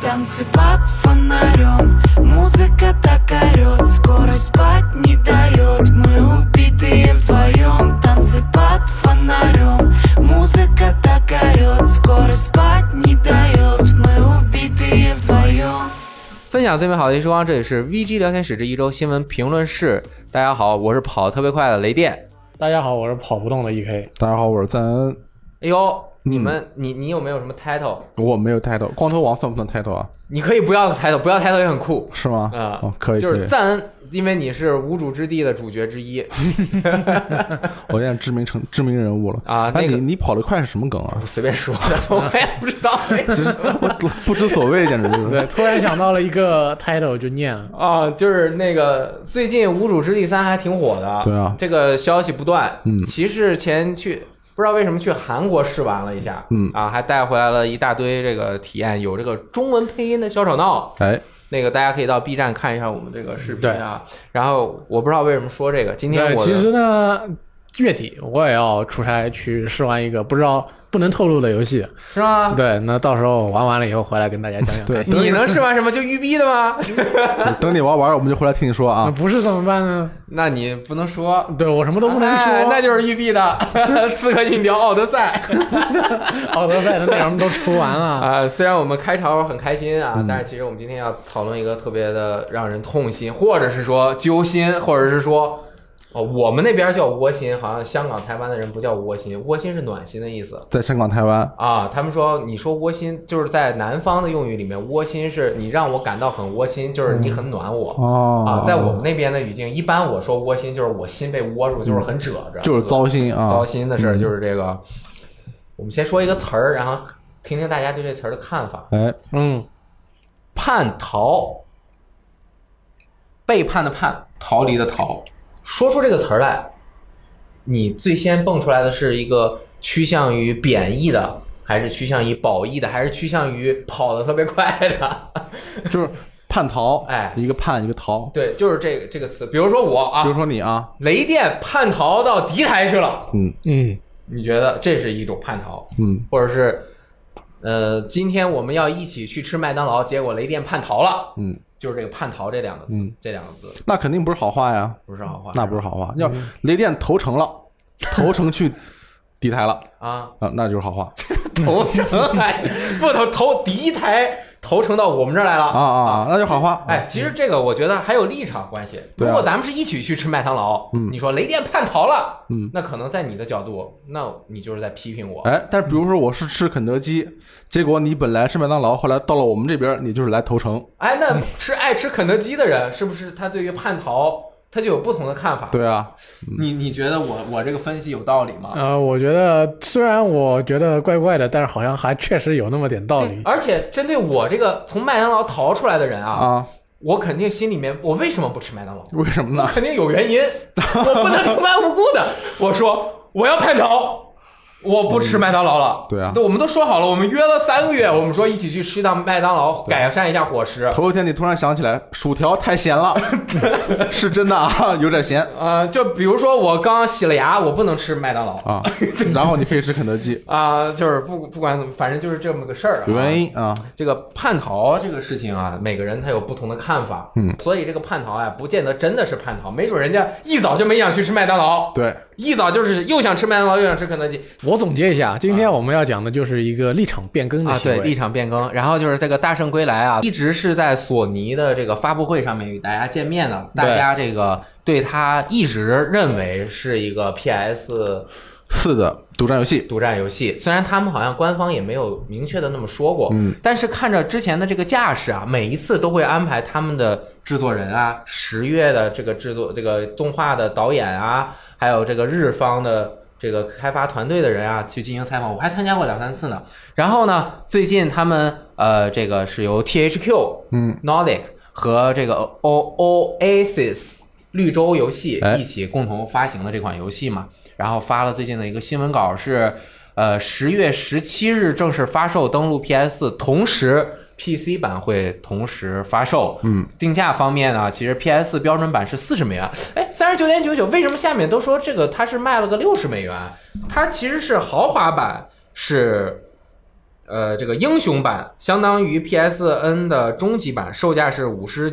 Танцы под фонарем, музыка так орёт, скорость спать не дает. Мы убитые вдвоем, танцы под фонарем, музыка так орёт, скорость спать не дает. Мы убитые вдвоем。 分享最美好的时光，这里是 VG 聊天室之一周新闻评论室。大家好，我是跑得特别快的雷电。 大家好，我是跑不动的 EK。 大家好，我是赞恩。 哎呦，你有没有什么 title？ 我没有 title， 光头王算不算 title 啊？ 你可以不要 title， 不要 title 也很酷， 是吗？可以， 就是赞恩，因为你是无主之地的主角之一。 我现在知名人物了啊！那个你跑得快是什么梗啊？ 我随便说的，我也不知道为什么， 我不知所谓，简直就是。 对，突然想到了一个 title 就念了啊，就是那个最近《无主之地3》还挺火的， 对啊， 这个消息不断。骑士前去。不知道为什么去韩国试玩了一下，还带回来了一大堆这个体验，有这个中文配音的小吵闹，那个大家可以到 B 站看一下我们这个视频啊。然后我不知道为什么说这个，今天其实呢，月底我也要出差去试玩一个不能透露的游戏， 是吗？ 对，那到时候玩完了以后回来跟大家讲讲。 对， 你能试玩什么？就育碧的吗？ 等你玩完，我们就回来听你说啊。 不是怎么办呢？ 那你不能说， 对我什么都不能说， 那就是育碧的《刺客信条：奥德赛》。 奥德赛的内容都出完了啊。虽然我们开场很开心啊，但是其实我们今天要讨论一个特别的让人痛心，或者是说揪心，或者是说。我们那边叫窝心，好像香港、台湾的人不叫窝心，窝心是暖心的意思。 在香港、台湾啊，他们说你说窝心，就是在南方的用语里面，窝心是你让我感到很窝心，就是你很暖我。在我们那边的语境，一般我说窝心就是我心被窝住，就是很褶着， 就是糟心啊， 糟心的事儿，就是这个。我们先说一个词儿，然后听听大家对这词儿的看法。叛逃，背叛的叛，逃离的逃。说出这个词儿来，你最先蹦出来的是一个趋向于贬义的，还是趋向于褒义的，还是趋向于跑得特别快的？ 就是叛逃，一个叛一个逃， 对，就是这个词。比如说我啊， 比如说你啊， 雷电叛逃到敌台去了，你觉得这是一种叛逃？或者是今天我们要一起去吃麦当劳，结果雷电叛逃了，就是这个叛逃这两个字，这两个字， 那肯定不是好话呀， 不是好话， 那不是好话。要雷电投诚了，投诚去敌台了那就是好话。 投诚还不投敌台，投诚到我们这儿来了那就好话。 其实这个我觉得还有立场关系。如果咱们是一起去吃麦当劳，你说雷电叛逃了，那可能在你的角度，那你就是在批评我。 但是比如说我是吃肯德基，结果你本来是麦当劳，后来到了我们这边，你就是来投诚。 那爱吃肯德基的人，是不是他对于叛逃他就有不同的看法？ 对啊， 你觉得我这个分析有道理吗？ 我觉得虽然我觉得怪怪的，但是好像还确实有那么点道理。 而且针对我这个从麦当劳逃出来的人我肯定心里面，我为什么不吃麦当劳？ 为什么呢？ 我肯定有原因，我不能平白无故的我说我要叛逃。我不吃麦当劳了， 对啊， 我们都说好了，我们约了3个月，我们说一起去吃一趟麦当劳，改善一下伙食。 头一天你突然想起来，薯条太咸了，是真的有点咸就比如说我刚洗了牙，我不能吃麦当劳然后你可以吃肯德基就是不管怎么，反正就是这么个事儿有原因这个叛逃这个事情每个人他有不同的看法，所以这个叛逃不见得真的是叛逃，没准人家一早就没想去吃麦当劳， 对， 一早就是又想吃麦当劳又想吃肯德基。 我总结一下，今天我们要讲的就是一个立场变更的行为对，立场变更。然后就是这个大圣归来一直是在索尼的这个发布会上面与大家见面的，大家这个对他一直认为是一个 PS4 的独占游戏，虽然他们好像官方也没有明确的那么说过，但是看着之前的这个架势每一次都会安排他们的制作人10月的这个制作这个动画的导演还有这个日方的这个开发团队的人去进行采访，我还参加过2-3次呢。然后呢，最近他们这个是由 THQ、Nordic 和这个 Oasis 绿洲游戏一起共同发行了这款游戏嘛。然后发了最近的一个新闻稿是10月17日正式发售，登陆 PS4， 同时 PC 版会同时发售。定价方面呢，其实 PS4 标准版是40美元，39.99，为什么下面都说这个它是卖了个60美元？它其实是豪华版是这个英雄版相当于 PSN 的终极版，售价是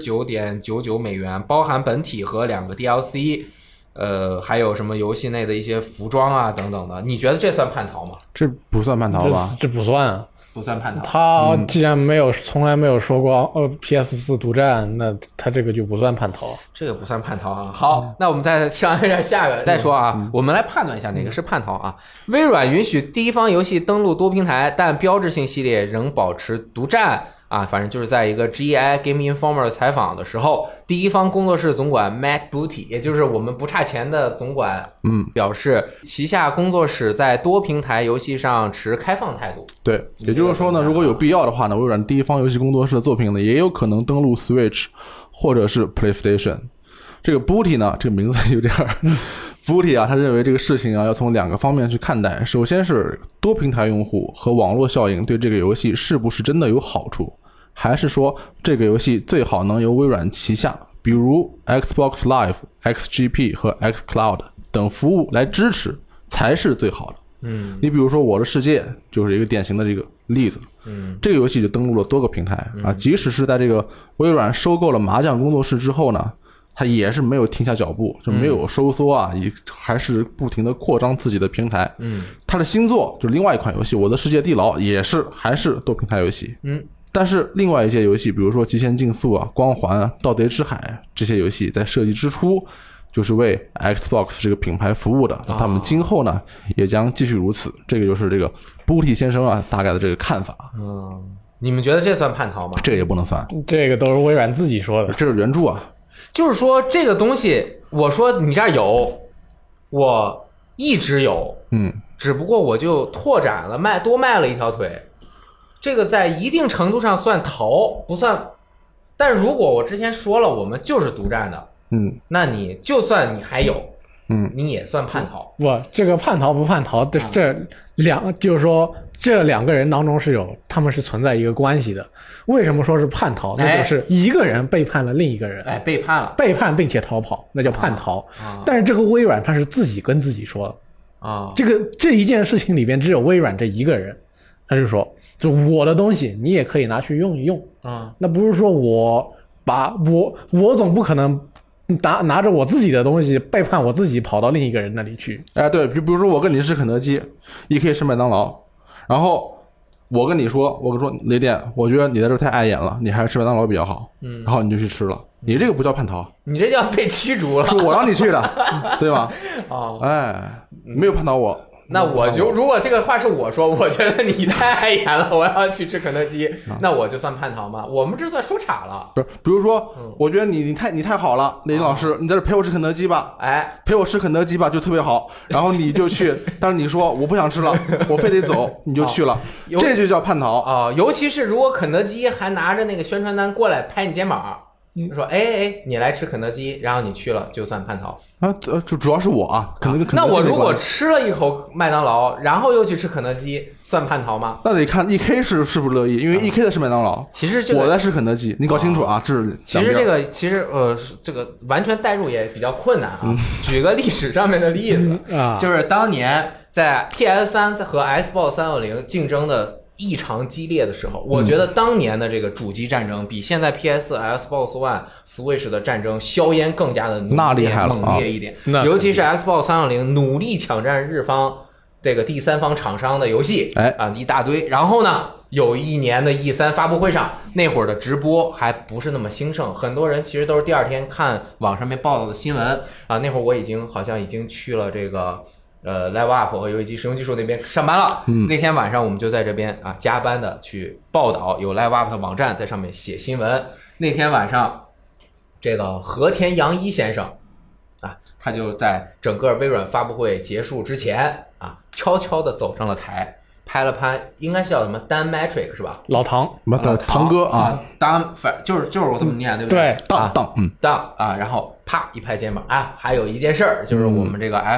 $59.99，包含本体和2个 DLC，还有什么游戏内的一些服装啊等等的。你觉得这算叛逃吗？ 这不算叛逃吧？ 这不算啊。 不算叛逃。 他既然从来没有说过PS4 独占，那他这个就不算叛逃。 这个不算叛逃啊。好，那我们再上一下个再说啊。我们来判断一下哪个是叛逃啊。微软允许第一方游戏登陆多平台，但标志性系列仍保持独占啊。反正就是在一个 GEI Game Informer 采访的时候，第一方工作室总管 Matt Booty， 也就是我们不差钱的总管，表示旗下工作室在多平台游戏上持开放态度。 对，也就是说呢，如果有必要的话呢，微软第一方游戏工作室的作品呢，也有可能登陆 Switch 或者是 PlayStation。这个 Booty 呢，这个名字有点Booty 啊，他认为这个事情啊要从2个方面去看待。首先是多平台用户和网络效应对这个游戏是不是真的有好处，还是说这个游戏最好能由微软旗下，比如 Xbox Live、XGP 和 xCloud 等服务来支持才是最好的。你比如说《我的世界》就是一个典型的这个例子。这个游戏就登陆了多个平台啊，即使是在这个微软收购了麻将工作室之后呢，它也是没有停下脚步，就没有收缩啊，也还是不停的扩张自己的平台。它的新作就是另外一款游戏《我的世界地牢》，还是多平台游戏。但是另外一些游戏，比如说《极限竞速》啊、《光环》啊、《盗贼之海》这些游戏，在设计之初就是为 Xbox 这个品牌服务的，他们今后呢也将继续如此。这个就是这个 Booty 先生啊大概的这个看法。 你们觉得这算叛逃吗？ 这也不能算， 这个都是微软自己说的， 这是原著啊。 就是说这个东西，我说你这儿有，我一直有，只不过我就拓展了，多卖了一条腿。这个在一定程度上算逃，不算。但是如果我之前说了，我们就是独占的，那你就算你还有，你也算叛逃。 不，这个叛逃不叛逃，就是说这2个人当中他们是存在一个关系的。为什么说是叛逃？那就是一个人背叛了另一个人， 背叛了， 背叛并且逃跑，那叫叛逃。但是这个微软他是自己跟自己说的啊，这一件事情里边只有微软这一个人。他就说，就我的东西你也可以拿去用一用，那不是说我总不可能拿着我自己的东西背叛我自己跑到另一个人那里去。 对，比如说我跟你是肯德基，EK 是麦当劳，然后我跟你说雷电，我觉得你在这太碍眼了，你还是吃麦当劳比较好，然后你就去吃了，你这个不叫叛逃， 你这叫被驱逐了， 是我让你去的，对吧？没有叛逃我。 那我就如果这个话是我说，我觉得你太碍眼了，我要去吃肯德基，那我就算叛逃吗？我们这算说岔了。 不是，比如说，我觉得你太好了，雷老师，你在这陪我吃肯德基吧，陪我吃肯德基吧，就特别好。然后你就去，但是你说我不想吃了，我非得走，你就去了，这就叫叛逃啊！尤其是如果肯德基还拿着那个宣传单过来拍你肩膀。说你来吃肯德基，然后你去了，就算叛逃啊？就主要是我啊，可能跟肯德基那我如果吃了一口麦当劳，然后又去吃肯德基，算叛逃吗？ 那得看 EK 是不是乐意，因为 EK 的是麦当劳， 其实我在吃肯德基，你搞清楚啊，这是其实这个完全代入也比较困难啊。举个历史上面的例子就是当年在 PS3 和 Xbox 360竞争的异常激烈的时候，我觉得当年的这个主机战争比现在 PS、Xbox One、Switch 的战争硝烟更加的猛烈一点，尤其是 Xbox 360努力抢占日方这个第三方厂商的游戏，一大堆。然后呢，有一年的 E3 发布会上，那会儿的直播还不是那么兴盛，很多人其实都是第二天看网上面报道的新闻啊。那会儿我好像已经去了这个Live Up 和游戏机使用技术那边上班了。那天晚上我们就在这边加班的去报道，有 Live Up 的网站在上面写新闻。那天晚上，这个和田洋一先生他就在整个微软发布会结束之前悄悄的走上了台，拍了拍，应该是叫什么 Dan Metric 是吧？ 老唐， 唐哥啊， 就是我这么念，对不对？ 当然后啪一拍肩膀还有一件事儿，就是我们这个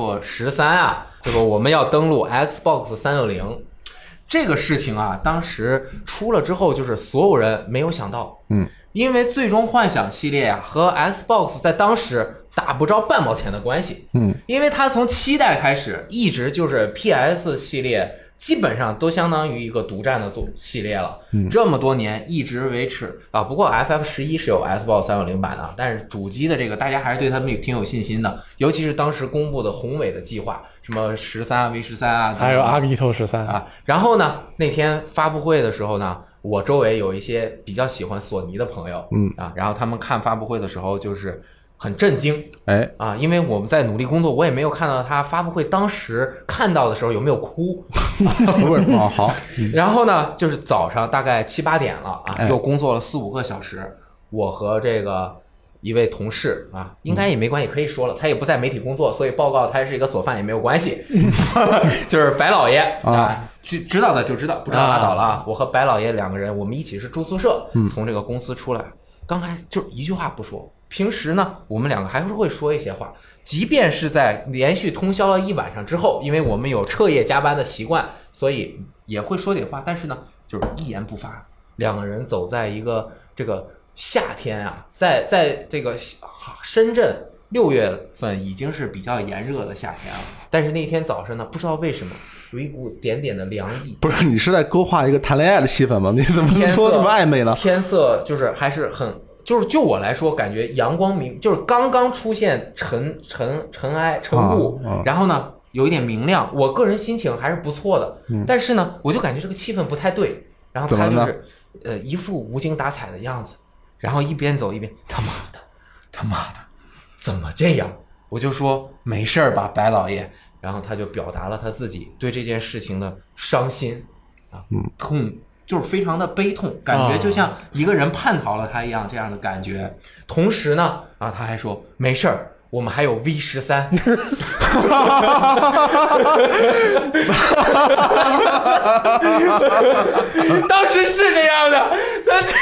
FF13就是我们要登陆 Xbox 360这个事情当时出了之后，就是所有人没有想到，因为最终幻想系列和 Xbox 在当时打不着半毛钱的关系，因为它从7代开始一直就是 PS 系列基本上都相当于一个独占的系列了。这么多年一直维持啊。不过 FF11是有 Xbox 360版的，但是主机的这个大家还是对他们挺有信心的，尤其是当时公布的宏伟的计划，什么13 V13啊， 还有阿基托13 啊。然后呢，那天发布会的时候呢，我周围有一些比较喜欢索尼的朋友，然后他们看发布会的时候就是很震惊，因为我们在努力工作，我也没有看到他发布会当时看到的时候有没有哭。 好。 然后呢，就是早上大概7、8点了啊，又工作了4、5个小时，我和这个一位同事啊，应该也没关系，可以说了，他也不在媒体工作，所以报告他是一个索饭也没有关系。就是白老爷啊，知道的就知道，不知道拉倒了啊。我和白老爷2个人，我们一起是住宿舍，从这个公司出来，刚开始就一句话不说。平时呢，我们2个还是会说一些话，即便是在连续通宵了一晚上之后，因为我们有彻夜加班的习惯，所以也会说点话，但是呢，就是一言不发。2个人走在一个这个夏天啊，在这个深圳6月份已经是比较炎热的夏天了，但是那天早上呢，不知道为什么有一股点点的凉意。 不是，你是在勾画一个谈恋爱的气氛吗？你怎么能说这么暧昧呢？ 天色就是还是很。就我来说，感觉阳光明，就是刚刚出现尘埃尘雾，然后呢有一点明亮，我个人心情还是不错的。但是呢，我就感觉这个气氛不太对。然后他就是一副无精打采的样子，然后一边走一边他妈的怎么这样？我就说没事儿吧，白老爷。然后他就表达了他自己对这件事情的伤心啊，痛。就是非常的悲痛，感觉就像一个人叛逃了他一样，这样的感觉。同时呢，他还说没事儿，我们还有 V13。当时是这样的，但是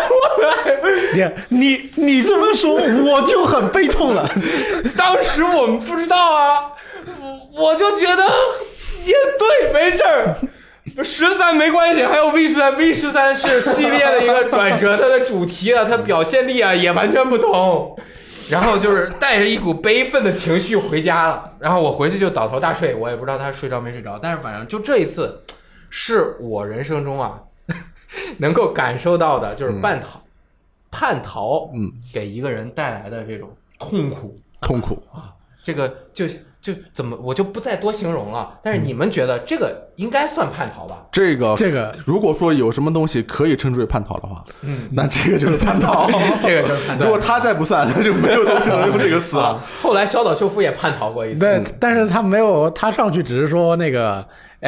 你这么说，我就很悲痛了。 当时我们不知道啊，我就觉得也对，没事儿。13没关系，还有 V13 是系列的一个转折，它的主题啊，它表现力啊也完全不同。然后就是带着一股悲愤的情绪回家了，然后我回去就倒头大睡，我也不知道他睡着没睡着，但是反正就这一次是我人生中啊能够感受到的，就是叛逃给一个人带来的这种痛苦啊，这个就怎么我就不再多形容了，但是你们觉得这个应该算叛逃吧？ 这个，如果说有什么东西可以称之为叛逃的话，那这个就是叛逃， 这个就是叛逃。 如果他再不算，那就没有东西能用这个词了。 后来小岛秀夫也叛逃过一次， 对，但是他没有，他上去只是说那个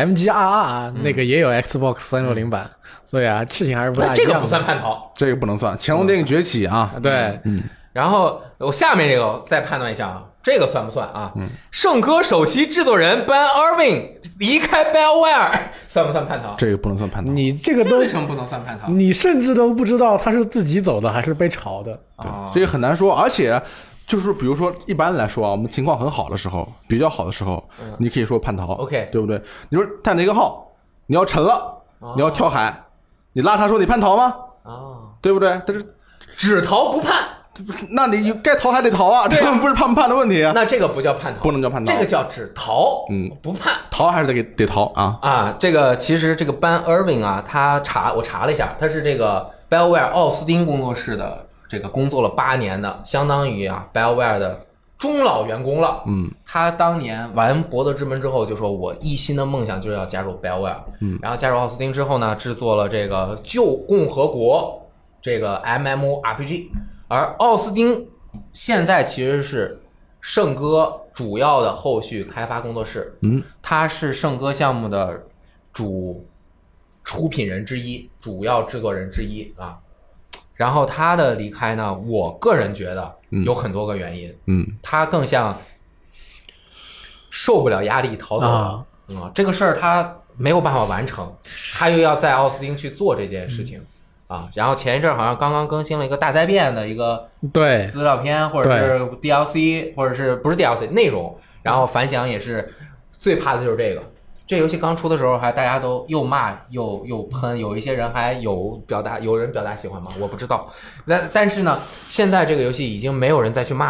MGRR 那个也有 Xbox 360版，所以事情还是不大一样。 这个不算叛逃， 这个不能算。乾隆电影崛起啊， 对， 然后我下面这个再判断一下啊。这个算不算啊？圣歌首席制作人 Ben Irving 离开 BioWare 算不算叛逃？ 这个不能算叛逃。 你这个都为什么不能算叛逃？ 你甚至都不知道他是自己走的还是被炒的。 这个很难说。而且就是比如说一般来说啊，我们情况很好的时候，比较好的时候，你可以说叛逃 ，OK， 对不对？你说泰坦尼克号你要沉了，你要跳海，你拉他说你叛逃吗？对不对？但是只逃不叛。 那你该逃还得逃啊，这不是叛不叛的问题啊。 那这个不叫叛逃， 不能叫叛逃， 这个叫只逃，不叛。 逃还是得逃啊。 这个其实这个 Ben Irving 啊，我查了一下，他是这个 BioWare 奥斯汀工作室的这个工作了8年的，相当于BioWare 的中老员工了。他当年完《博德之门》之后就说，我一心的梦想就是要加入 BioWare。然后加入奥斯汀之后呢，制作了这个旧共和国这个 MMORPG。而奥斯汀现在其实是圣歌主要的后续开发工作室，他是圣歌项目的主出品人之一，主要制作人之一啊。然后他的离开呢，我个人觉得有很多个原因，他更像受不了压力逃走了，这个事儿他没有办法完成，他又要在奥斯汀去做这件事情。然后前一阵好像刚刚更新了一个大灾变的一个资料片，或者是 DLC， 或者是不是 DLC 内容，然后反响也是最怕的就是这个。这游戏刚出的时候大家都又骂又喷，有一些人还有人表达喜欢吗？我不知道。但是呢，现在这个游戏已经没有人再去骂它了，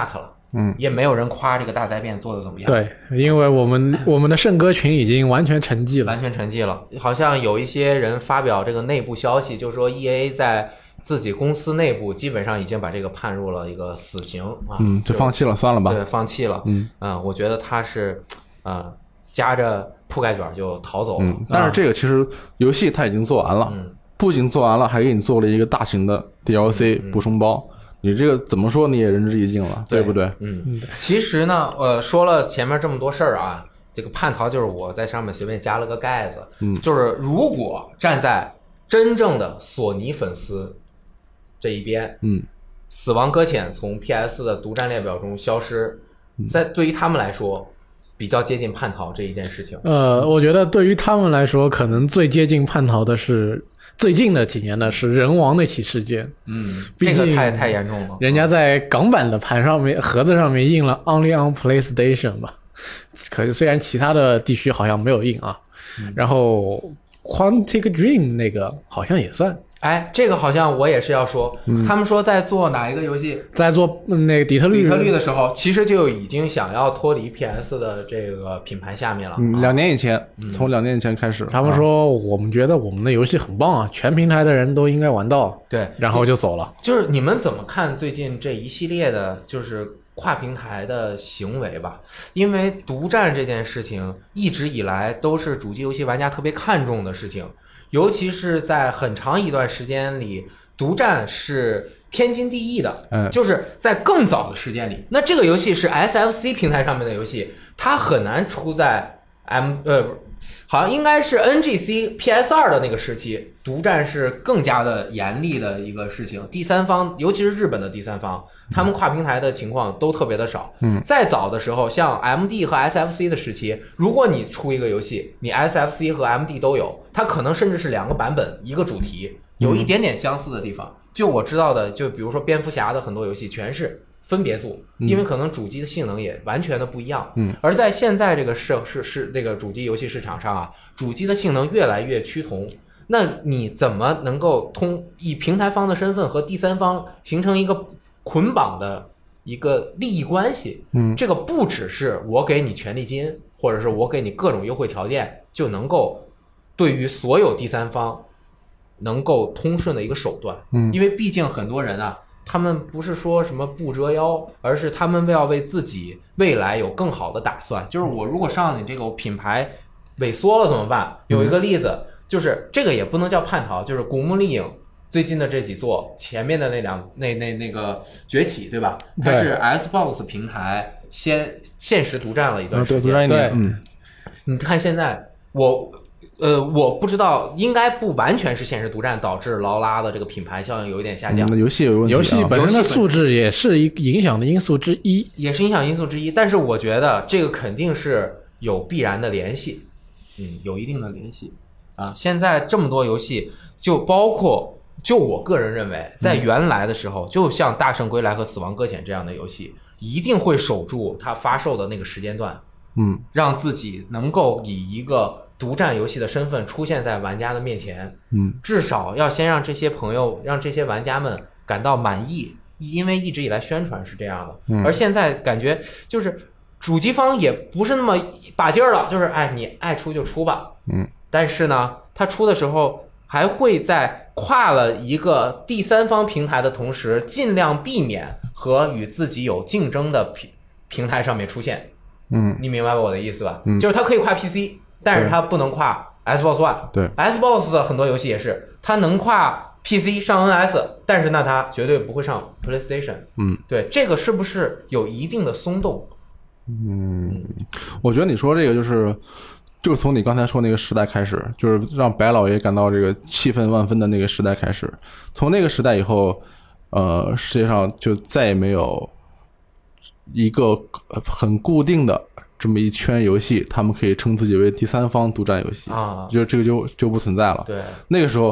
也没有人夸这个大灾变做的怎么样。 对，因为我们的圣歌群已经完全沉寂了， 完全沉寂了。好像有一些人发表这个内部消息，就是说 EA 在自己公司内部基本上已经把这个判入了一个死刑啊， 就放弃了，算了吧。 对，放弃了。我觉得他是夹着铺盖卷就逃走了。 但是这个其实游戏他已经做完了，不仅做完了，还给你做了一个大型的 DLC 补充包。你这个怎么说你也仁至义尽了，对不对？ 其实呢，说了前面这么多事儿啊，这个叛逃就是我在上面随便加了个盖子，就是如果站在真正的索尼粉丝这一边，死亡搁浅从 PS 的独占列表中消失，在对于他们来说比较接近叛逃这一件事情。 我觉得对于他们来说，可能最接近叛逃的是最近的几年的是人王那起事件。 这个太严重了。 人家在港版的盘上面盒子上面印了 Only on PlayStation 吧，可是虽然其他的地区好像没有印啊。然后 Quantic Dream 那个好像也算。 哎，这个好像我也是要说，他们说在做哪一个游戏， 在做那个底特律的时候，其实就已经想要脱离 PS 的这个品牌下面了。 2年以前，从2年以前开始， 他们说我们觉得我们的游戏很棒啊，全平台的人都应该玩到。 对， 然后就走了。 就是你们怎么看最近这一系列的，就是跨平台的行为吧？因为独占这件事情一直以来都是主机游戏玩家特别看重的事情。尤其是在很长一段时间里，独占是天经地义的。就是在更早的时间里，那这个游戏是 SFC 平台上面的游戏，它很难出在好像应该是 NGC PS2 的那个时期，独占是更加的严厉的一个事情。第三方，尤其是日本的第三方，他们跨平台的情况都特别的少。再早的时候，像 MD 和 SFC 的时期，如果你出一个游戏，你 SFC 和 MD 都有，它可能甚至是2个版本，一个主题，有一点点相似的地方。就我知道的，就比如说蝙蝠侠的很多游戏全是分别做，因为可能主机的性能也完全的不一样。而在现在这个这个主机游戏市场上啊，主机的性能越来越趋同，那你怎么能够以平台方的身份和第三方形成一个捆绑的一个利益关系？这个不只是我给你权利金，或者是我给你各种优惠条件，就能够对于所有第三方能够通顺的一个手段。因为毕竟很多人啊，他们不是说什么不折腰，而是他们要为自己未来有更好的打算。就是我如果上你这个品牌萎缩了怎么办？有一个例子，就是这个也不能叫叛逃，就是古墓丽影最近的这几座，前面的那个崛起，对吧？它是 Xbox 平台限时独占了一段时间， 独占一年。 你看现在我不知道，应该不完全是限时独占导致劳拉的这个品牌效应有一点下降。 游戏有问题， 游戏本身的素质也是影响的因素之一， 但是我觉得这个肯定是有必然的联系，有一定的联系啊。现在这么多游戏，就包括我个人认为，在原来的时候，就像《大圣归来》和《死亡搁浅》这样的游戏，一定会守住它发售的那个时间段，让自己能够以一个独占游戏的身份出现在玩家的面前，至少要先让这些朋友、让这些玩家们感到满意，因为一直以来宣传是这样的。而现在感觉就是主机方也不是那么把劲儿了，就是你爱出就出吧，但是呢，他出的时候还会在跨了一个第三方平台的同时，尽量避免和与自己有竞争的平台上面出现。你明白我的意思吧？就是它可以跨 PC。但是它不能跨 Xbox One。 对 ，Xbox 的很多游戏也是，它能跨 PC 上 NS， 但是那它绝对不会上 PlayStation。对，这个是不是有一定的松动？ 我觉得你说这个就是从你刚才说那个时代开始，就是让白老爷感到这个气愤万分的那个时代开始。从那个时代以后，世界上就再也没有一个很固定的这么一圈游戏，他们可以称自己为第三方独占游戏啊，就这个就不存在了。 对， 那个时候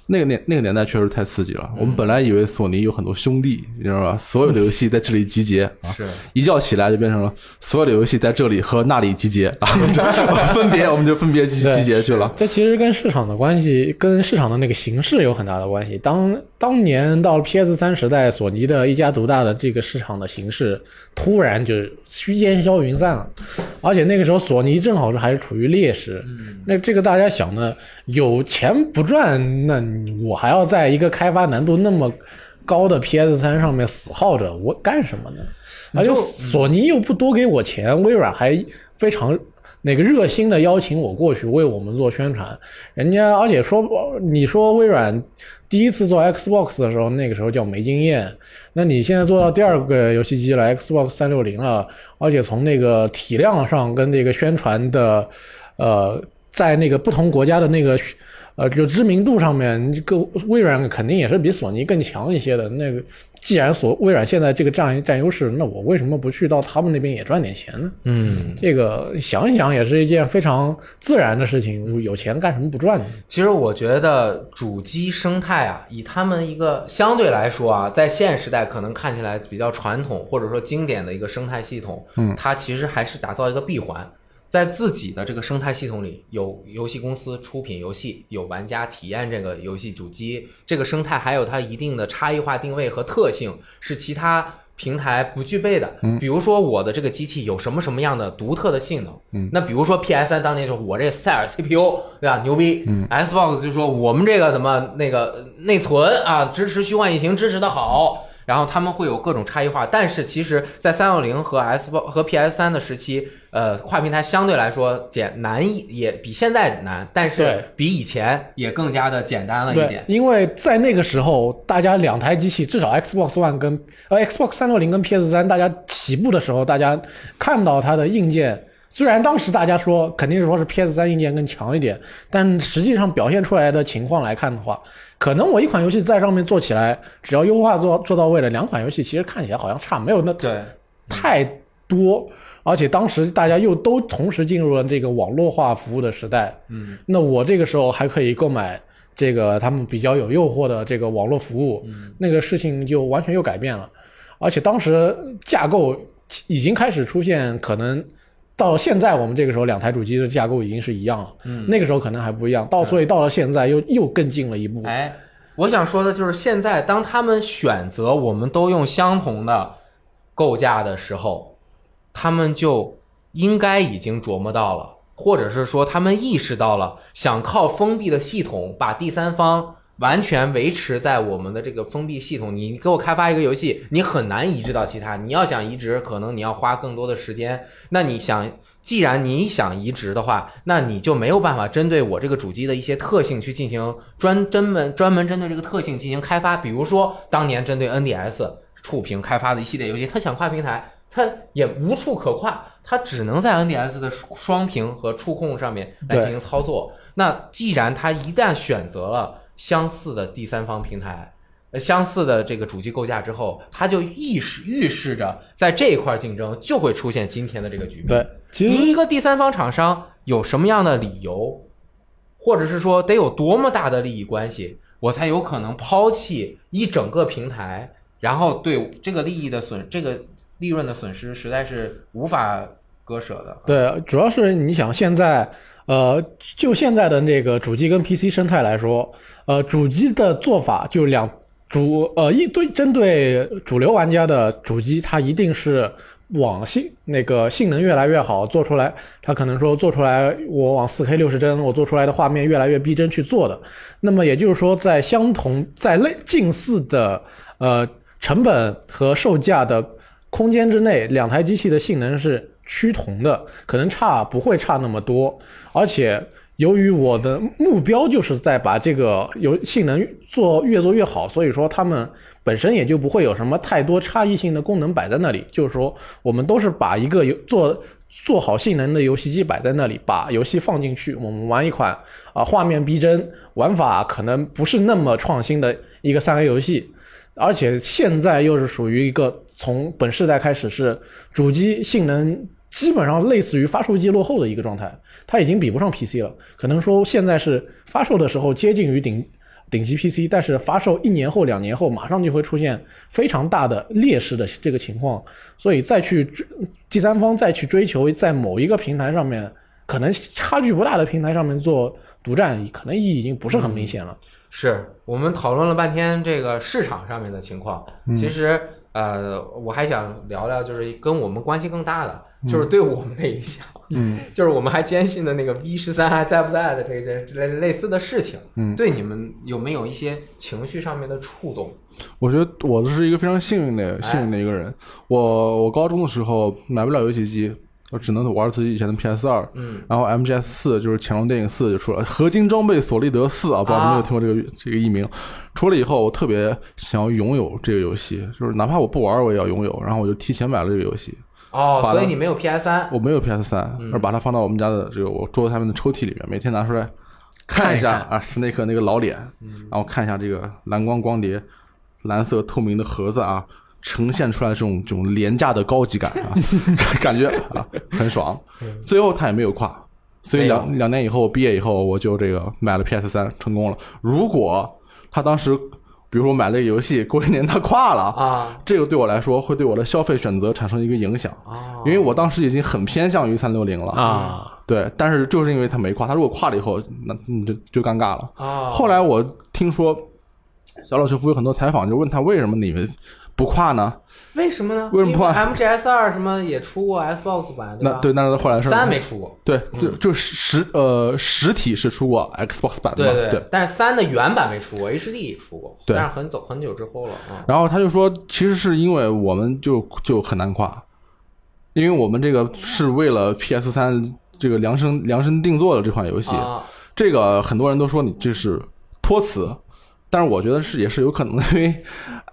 那个年代确实太刺激了。我们本来以为索尼有很多兄弟，你知道吧？所有的游戏在这里集结啊， 是一觉起来就变成了所有的游戏在这里和那里集结啊，我们就分别集结去了。 这其实跟市场的关系，跟市场的那个形势有很大的关系。当年到了 PS3 时代，索尼的一家独大的这个市场的形势突然就烟消云散了，而且那个时候索尼正好还是处于劣势。那这个大家想呢，有钱不赚，那我还要在一个开发难度那么高的 PS3 上面死耗着，我干什么呢？而且索尼又不多给我钱，微软还非常那个热心的邀请我过去为我们做宣传。人家而且你说微软第一次做 Xbox 的时候，那个时候叫没经验，那你现在做到第二个游戏机了 Xbox 360了，而且从那个体量上跟那个宣传的在那个不同国家的那个就知名度上面，这个微软肯定也是比索尼更强一些的。那个既然微软现在这个占优势，那我为什么不去到他们那边也赚点钱呢？这个想一想也是一件非常自然的事情。有钱干什么不赚呢？ 其实我觉得主机生态啊，以他们一个相对来说啊，在现时代可能看起来比较传统或者说经典的一个生态系统，它其实还是打造一个闭环。在自己的这个生态系统里，有游戏公司出品游戏，有玩家体验这个游戏主机，这个生态还有它一定的差异化定位和特性，是其他平台不具备的。比如说我的这个机器有什么样的独特的性能，那比如说 PS3 当年就是我这个塞尔 CPU 对吧，牛逼，Xbox 就说我们这个怎么那个内存啊支持虚幻引擎支持的好，然后他们会有各种差异化。但是其实在360和 Xbox 和 PS3 的时期，跨平台相对来说难也比现在难，但是比以前也更加的简单了一点。 因为在那个时候，大家两台机器，至少 Xbox One 跟Xbox 360跟 PS3，大家起步的时候，大家看到它的硬件，虽然当时大家说肯定是说是 PS3 硬件更强一点，但实际上表现出来的情况来看的话，可能我一款游戏在上面做起来，只要优化做到位了，两款游戏其实看起来好像差没有那太多。而且当时大家又都同时进入了这个网络化服务的时代，那我这个时候还可以购买这个他们比较有诱惑的这个网络服务，那个事情就完全又改变了。而且当时架构已经开始出现，可能到现在我们这个时候两台主机的架构已经是一样了，那个时候可能还不一样，所以到了现在又更进了一步。 我想说的就是现在当他们选择我们都用相同的构架的时候，他们就应该已经琢磨到了，或者是说他们意识到了，想靠封闭的系统把第三方完全维持在我们的这个封闭系统，你给我开发一个游戏，你很难移植到其他，你要想移植可能你要花更多的时间，那既然你想移植的话，那你就没有办法针对我这个主机的一些特性去进行专门针对这个特性进行开发。比如说当年针对 NDS 触屏开发的一系列游戏，它想跨平台它也无处可跨，它只能在 NDS 的双屏和触控上面来进行操作。那既然它一旦选择了相似的第三方平台，相似的这个主机构架之后，它就预示着在这一块竞争就会出现今天的这个局面。 对，其实你一个第三方厂商有什么样的理由，或者是说得有多么大的利益关系，我才有可能抛弃一整个平台，然后对这个这个利润的损失实在是无法割舍的。 对，主要是你想现在就现在的那个主机跟 PC 生态来说，主机的做法就针对主流玩家的主机，它一定是往性能越来越好做出来，它可能说做出来我往 4K 60帧我做出来的画面越来越逼真去做的。那么也就是说在近似的成本和售价的空间之内，两台机器的性能是趋同的，可能不会差那么多。而且由于我的目标就是在把这个性能越做越好，所以说他们本身也就不会有什么太多差异性的功能摆在那里。就是说我们都是把一个做好性能的游戏机摆在那里，把游戏放进去，我们玩一款画面逼真，玩法可能不是那么创新的一个 3A 游戏。而且现在又是属于一个从本世代开始是主机性能基本上类似于发售机落后的一个状态，它已经比不上 PC 了。可能说现在是发售的时候接近于顶顶级 PC， 但是发售1年后、2年后，马上就会出现非常大的劣势的这个情况，所以第三方再去追求在某一个平台上面，可能差距不大的平台上面做独占，可能意义已经不是很明显了。 是我们讨论了半天这个市场上面的情况，其实我还想聊聊就是跟我们关系更大的，就是对我们的影响，就是我们还坚信的那个 V13还在不在的这些类似的事情，对你们有没有一些情绪上面的触动？ 我觉得我是一个非常幸运的一个人。我高中的时候买不了游戏机，我只能玩自己以前的 PS2，然后 MGS4 就是《潜龙电影4》就出了，合金装备索利德4啊，不知道你们有听过这个译名。出了以后，我特别想要拥有这个游戏，就是哪怕我不玩，我也要拥有。然后我就提前买了这个游戏。 所以你没有 PS3？我没有 PS3，而把它放到我们家的这个我桌子下面的抽屉里面，每天拿出来看一下啊，斯内克那个老脸，然后看一下这个蓝光光碟、蓝色透明的盒子啊。呈现出来这种廉价的高级感啊，感觉啊很爽。最后他也没有跨，所以两年以后毕业以后，我就这个买了 PS3 成功了。如果他当时比如说买了个游戏，过1年他跨了啊，这个对我来说会对我的消费选择产生一个影响因为我当时已经很偏向于360了啊。对，但是就是因为他没跨，他如果跨了以后，那就尴尬了后来我听说小岛秀夫有很多采访，就问他为什么你们不跨呢？ 为什么呢？ 为什么不跨 ？MGS2 什么也出过 Xbox 版，对吧？ 那是后来是 3没出过。 对，就实体是出过 Xbox 版的嘛，对。 但是3的原版没出过 ，HD 也出过，但是很久之后了。 然后他就说，其实是因为我们就很难跨，因为我们这个是为了 PS3 这个量身定做的这款游戏，这个很多人都说你这是托词，但是我觉得也是有可能的，因为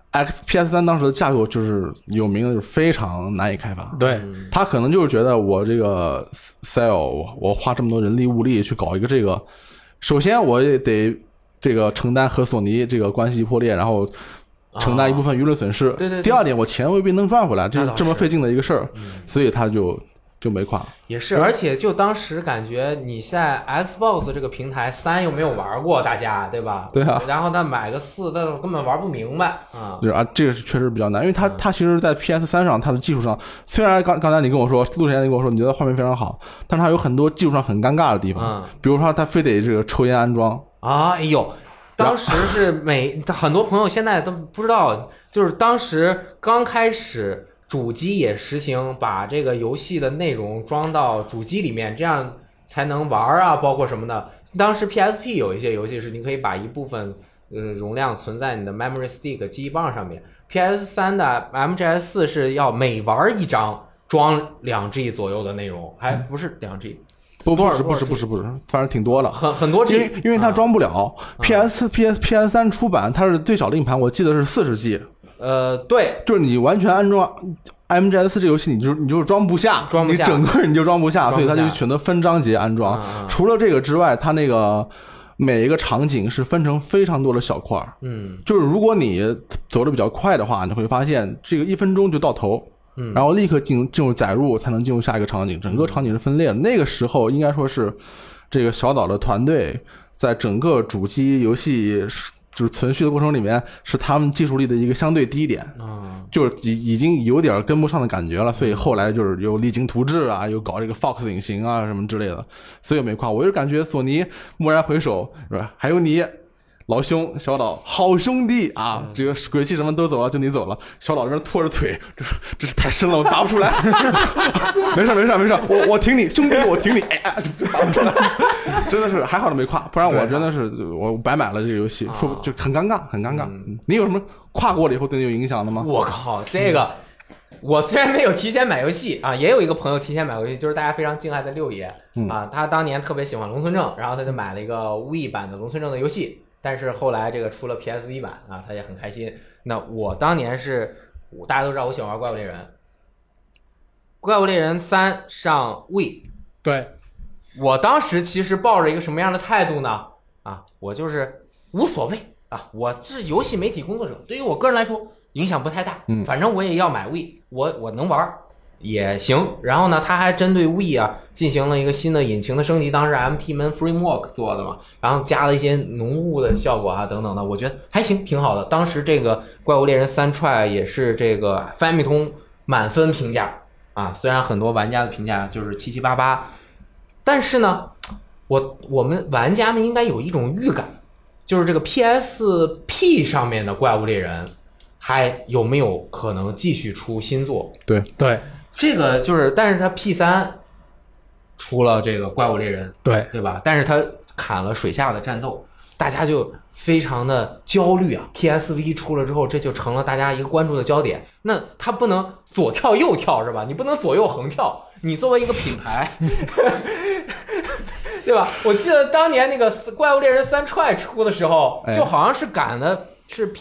PS3 当时的架构就是有名的，就是非常难以开发。 对， 他可能就是觉得我这个 Cell， 我花这么多人力物力去搞一个这个，首先我也得这个承担和索尼这个关系破裂，然后承担一部分舆论损失。 对。 第二点，我钱未必能赚回来，这么费劲的一个事儿，所以他就没跨。 也是，而且就当时感觉你在 Xbox 这个平台3又没有玩过，大家对吧？ 对啊。 然后他买个4，但根本玩不明白啊。 对啊，这个是确实比较难，因为他其实，在 PS3 上，它的技术上，虽然刚才你跟我说，录之前你跟我说，你觉得画面非常好，但是它有很多技术上很尴尬的地方，比如说他非得这个抽烟安装啊，哎呦。当时是很多朋友现在都不知道，就是当时刚开始主机也实行把这个游戏的内容装到主机里面，这样才能玩啊，包括什么的。当时 PSP 有一些游戏是你可以把一部分容量存在你的 Memory Stick 记忆棒上面。PS3 的 MGS4 是要每玩一张装2G 左右的内容，还不是2G。 不是，反正挺多的， 很多 G， 因为它装不了。PS3 出版它是最小的硬盘，我记得是40G。 对， 就是你完全安装 MGS 这游戏，你就是装不下，你整个你就装不下，所以它就选择分章节安装。除了这个之外，它那个每一个场景是分成非常多的小块，就是如果你走的比较快的话，你会发现这个1分钟就到头。然后立刻进入载入才能进入下一个场景，整个场景是分裂的。那个时候应该说是这个小岛的团队在整个主机游戏就是存续的过程里面，是他们技术力的一个相对低点，就是已经有点跟不上的感觉了，所以后来就是有励精图治啊，有搞这个 Fox 引擎啊什么之类的，所以没跨。我就感觉索尼蓦然回首，是吧？还有你老兄小岛，好兄弟啊！这个鬼泣什么都走了，就你走了。小岛这边拖着腿，这是太深了，我答不出来。没事，我挺你，兄弟，我挺你。哎，答不出来，真的是还好都没跨，不然我真的是我白买了这个游戏，说就很尴尬。你有什么跨过了以后对你有影响的吗？ 我靠，这个我虽然没有提前买游戏啊，也有一个朋友提前买游戏，就是大家非常敬爱的六爷啊，他当年特别喜欢龙村正，然后他就买了一个 Wii 版的龙村正的游戏。但是后来这个出了 PSV 版啊，他也很开心。那我当年大家都知道我喜欢玩怪物猎人，怪物猎人3上 Wii， 对， 我当时其实抱着一个什么样的态度呢？啊，我就是无所谓啊，我是游戏媒体工作者，对于我个人来说影响不太大，反正我也要买 Wii， 我能玩， 也行。然后呢，它还针对 Wii 啊进行了一个新的引擎的升级，当时 MT-Man Framework 做的嘛，然后加了一些浓雾的效果啊等等的，我觉得还行，挺好的。当时这个怪物猎人3 Try 也是这个 Famicom 满分评价啊，虽然很多玩家的评价就是7、7、8、8，但是呢，我们玩家们应该有一种预感，就是这个 PSP 上面的怪物猎人还有没有可能继续出新作？ 对， 这个就是，但是它 P3 出了这个怪物猎人，对吧？但是它砍了水下的战斗，大家就非常的焦虑啊。PSV 出了之后，这就成了大家一个关注的焦点。那它不能左跳右跳是吧？你不能左右横跳。你作为一个品牌，对吧？我记得当年那个怪物猎人3 Try 出的时候，就好像是赶的是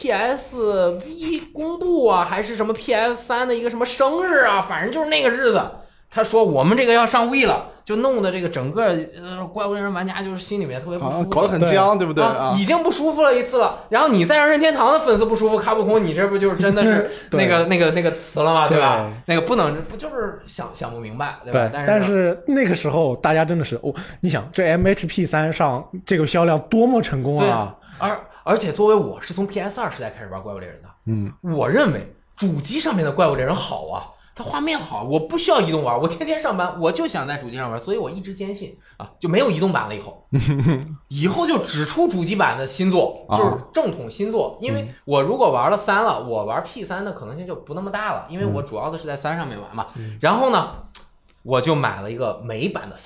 PSV 公布啊，还是什么 PS3 的一个什么生日啊，反正就是那个日子。他说我们这个要上 Wii 了，就弄得这个整个怪物猎人玩家就是心里面特别不舒服， 搞得很僵，对不对啊？已经不舒服了一次了，然后你再让任天堂的粉丝不舒服，卡普空你这不就是真的是那个词了吗？对吧？那个不就是想不明白，对吧？ 但是那个时候大家真的是你想这 MHP3 上这个销量多么成功啊！ 而且作为我是从 PS2 时代开始玩怪物猎人的，我认为主机上面的怪物猎人好啊。它画面好，我不需要移动玩，我天天上班，我就想在主机上玩，所以我一直坚信啊，就没有移动版了。以后就只出主机版的新作，就是正统新作。因为我如果玩了3了，我玩 P3 的可能性就不那么大了，因为我主要的是在3上面玩嘛。然后呢，我就买了一个美版的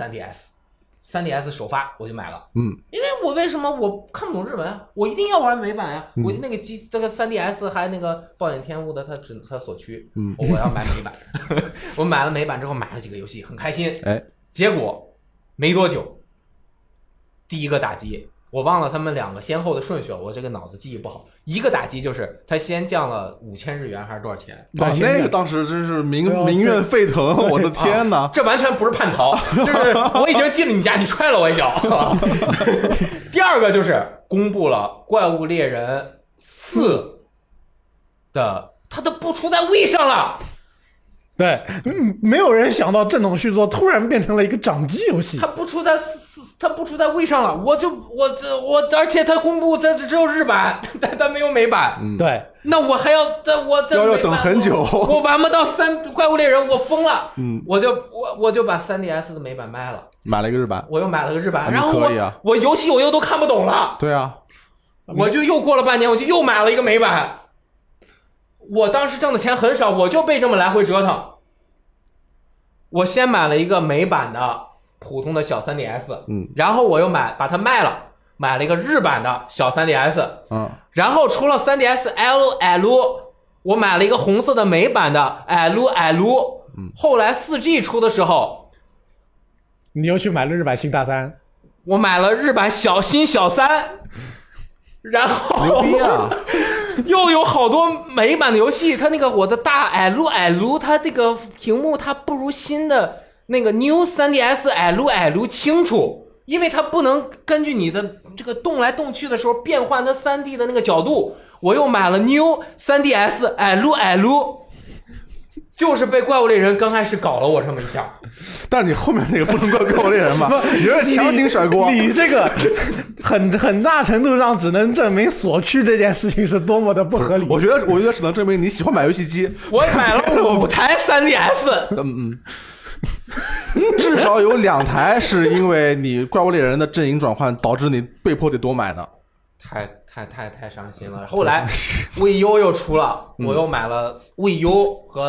3DS 首发我就买了，因为我为什么我看不懂日文啊？我一定要玩美版呀！我那个这个 3DS 还那个暴殄天物的，它锁区，我要买美版。我买了美版之后买了几个游戏，很开心。结果没多久，第一个打击我忘了他们两个先后的顺序了，我这个脑子记忆不好。一个打击就是他先降了5000日元还是多少钱？ 那个当时真是民怨沸腾，我的天哪！ 这完全不是叛逃，就是我已经进了你家，你踹了我一脚。第二个就是公布了《怪物猎人4》的，它都不出在 Wii 上了。 对，没有人想到正统续作突然变成了一个掌机游戏。 它不出在 Wii 上了，我，而且它公布它只有日版，它没有美版。 对， 那我还要要等很久， 我玩不到怪物猎人，我疯了。我就把 3DS 的美版卖了， 买了一个日版， 我又买了个日版，然后可以啊， 我游戏我又都看不懂了。 对啊， 我就又过了半年，我就又买了一个美版。我当时挣的钱很少，我就被这么来回折腾。我先买了一个美版的普通的小 3DS，然后我又把它卖了，买了一个日版的小 3DS，然后除了 3DS LL， 我买了一个红色的美版的 LL，后来 4G 出的时候， 你又去买了日版新大3， 我买了日版小3，然后牛逼啊！ 又有好多美版的游戏，它那个我的大 LL， 它这个屏幕它不如新的那个 New 3DS LL 清楚，因为它不能根据你的这个动来动去的时候变换它 3D 的那个角度。我又买了 New 3DS LL， 就是被怪物猎人刚开始搞了我这么一下。 但是你后面那个不能怪怪物猎人吧？你这是强行甩锅。 你这个很大程度上只能证明锁区这件事情是多么的不合理。 我觉得只能证明你喜欢买游戏机。 我买了5台 3DS， 至少有2台是因为你怪物猎人的阵营转换导致你被迫得多买的。 太伤心了。后来 Wii U 又出了，我又买了 Wii U 和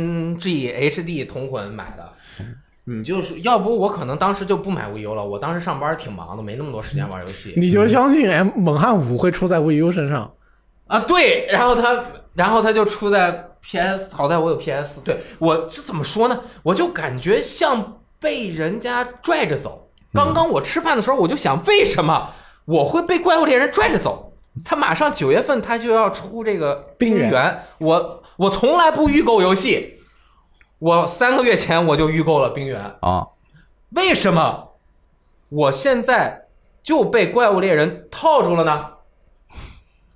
3G HD 同捆买的。就是要不我可能当时就不买 Wii U 了，我当时上班挺忙的，没那么多时间玩游戏。 你就相信猛汉5会出在 Wii U 身上啊？对，然后他就出在 PS， 好在我有 PS， 对，我这怎么说呢？我就感觉像被人家拽着走。刚刚我吃饭的时候我就想，为什么我会被怪物猎人拽着走？他马上9月份他就要出这个冰原，我从来不预购游戏，我3个月前我就预购了冰原啊。 为什么我现在就被怪物猎人套住了呢？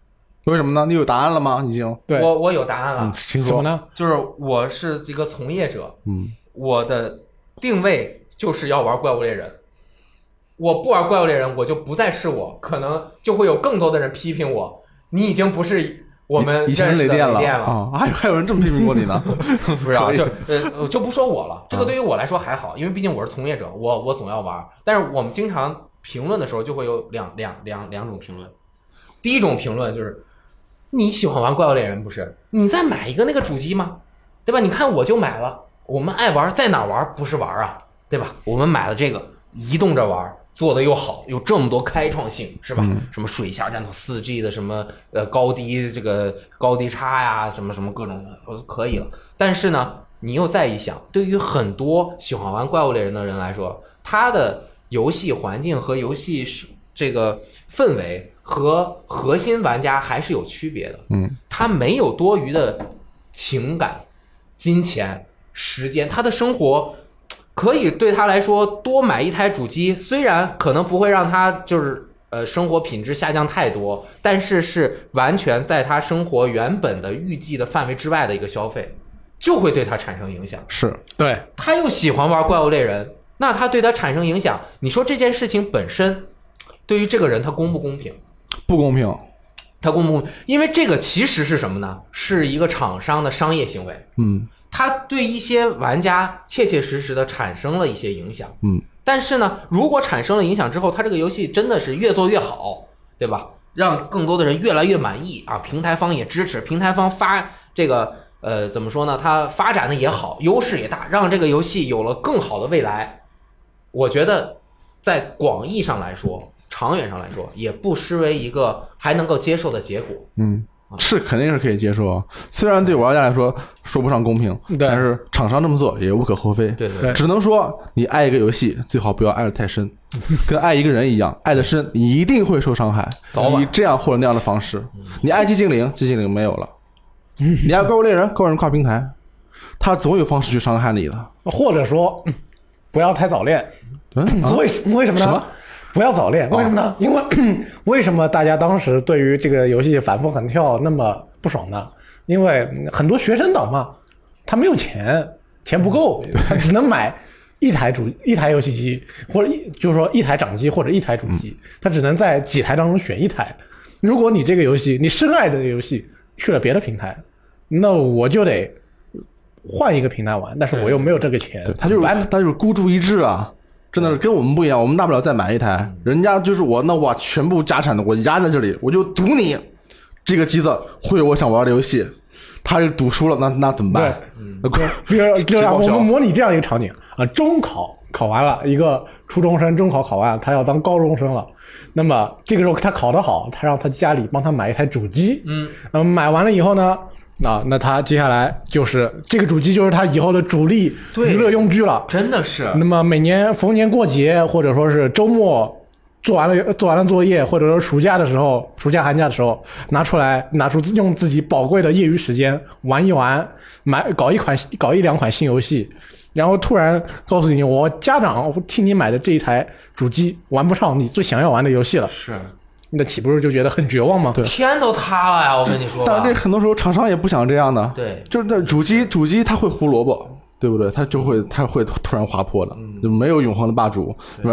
为什么呢？你有答案了吗？已经？ 对， 我有答案了。 请说什么呢？ 就是我是一个从业者， 嗯， 我的定位就是要玩怪物猎人。我不玩怪物猎人，我就不再是我，可能就会有更多的人批评我。你已经不是我们以前雷电了啊！ 还有人这么批评过你呢？ 不知道，就不说我了。这个对于我来说还好，因为毕竟我是从业者，我总要玩。但是我们经常评论的时候，就会有两种评论。第一种评论就是你喜欢玩怪物猎人不是？你再买一个那个主机吗？对吧？你看我就买了，我们爱玩在哪玩不是玩啊？对吧？我们买了这个，移动着玩，做的又好，有这么多开创性，是吧？什么水下战斗 4G 的，什么高低差呀，什么各种的，可以了。但是呢，你又再一想，对于很多喜欢玩怪物猎人的人来说，他的游戏环境和游戏这个氛围和核心玩家还是有区别的。他没有多余的情感、金钱、时间，他的生活可以对他来说多买一台主机，虽然可能不会让他就是生活品质下降太多，但是是完全在他生活原本的预计的范围之外的一个消费，就会对他产生影响。 是对， 他又喜欢玩怪物猎人，那他对他产生影响，你说这件事情本身对于这个人他公不公平？ 不公平。 他公不公平？因为这个其实是什么呢？是一个厂商的商业行为。它对一些玩家切切实实的产生了一些影响。但是呢，如果产生了影响之后，它这个游戏真的是越做越好，对吧？让更多的人越来越满意啊！平台方也支持，平台方发这个怎么说呢？它发展的也好，优势也大，让这个游戏有了更好的未来。我觉得在广义上来说，长远上来说，也不失为一个还能够接受的结果。 是肯定是可以接受，虽然对玩家来说说不上公平，但是厂商这么做也无可厚非。 对， 只能说你爱一个游戏，最好不要爱得太深，跟爱一个人一样，爱得深你一定会受伤害。以这样或者那样的方式，你爱寂静岭没有了，你爱怪物猎人跨平台，他总有方式去伤害你的。 或者说不要太早恋。为什么呢？ 什么？ 不要早恋，为什么呢？因为为什么大家当时对于这个游戏反复横跳那么不爽呢？因为很多学生党嘛，他没有钱不够，他只能买一台游戏机，或者就是说一台掌机或者一台主机，他只能在几台当中选一台。如果你这个游戏你深爱的这个游戏去了别的平台，那我就得换一个平台玩，但是我又没有这个钱， 他就是孤注一掷啊。真的是跟我们不一样，我们大不了再买一台，人家就是我全部家产的我压在这里，我就赌你这个机子会有我想玩的游戏，他就赌输了，那怎么办？ 比如就让我们模拟这样一个场景啊，中考完了，一个初中生中考完，他要当高中生了，那么这个时候他考得好，他让他家里帮他买一台主机，买完了以后呢？那他接下来就是这个主机就是他以后的主力娱乐用具了， 真的是。 那么每年逢年过节或者说是周末做完了作业，或者说暑假寒假的时候拿出用自己宝贵的业余时间玩一玩，搞一两款新游戏，然后突然告诉你我家长替你买的这一台主机玩不上你最想要玩的游戏了， 是。 那岂不是就觉得很绝望吗？对， 天都塌了呀！我跟你说， 但是这很多时候厂商也不想这样的， 对， 就是在主机它会胡萝卜，对不对？它会突然滑坡的，就没有永恒的霸主。什么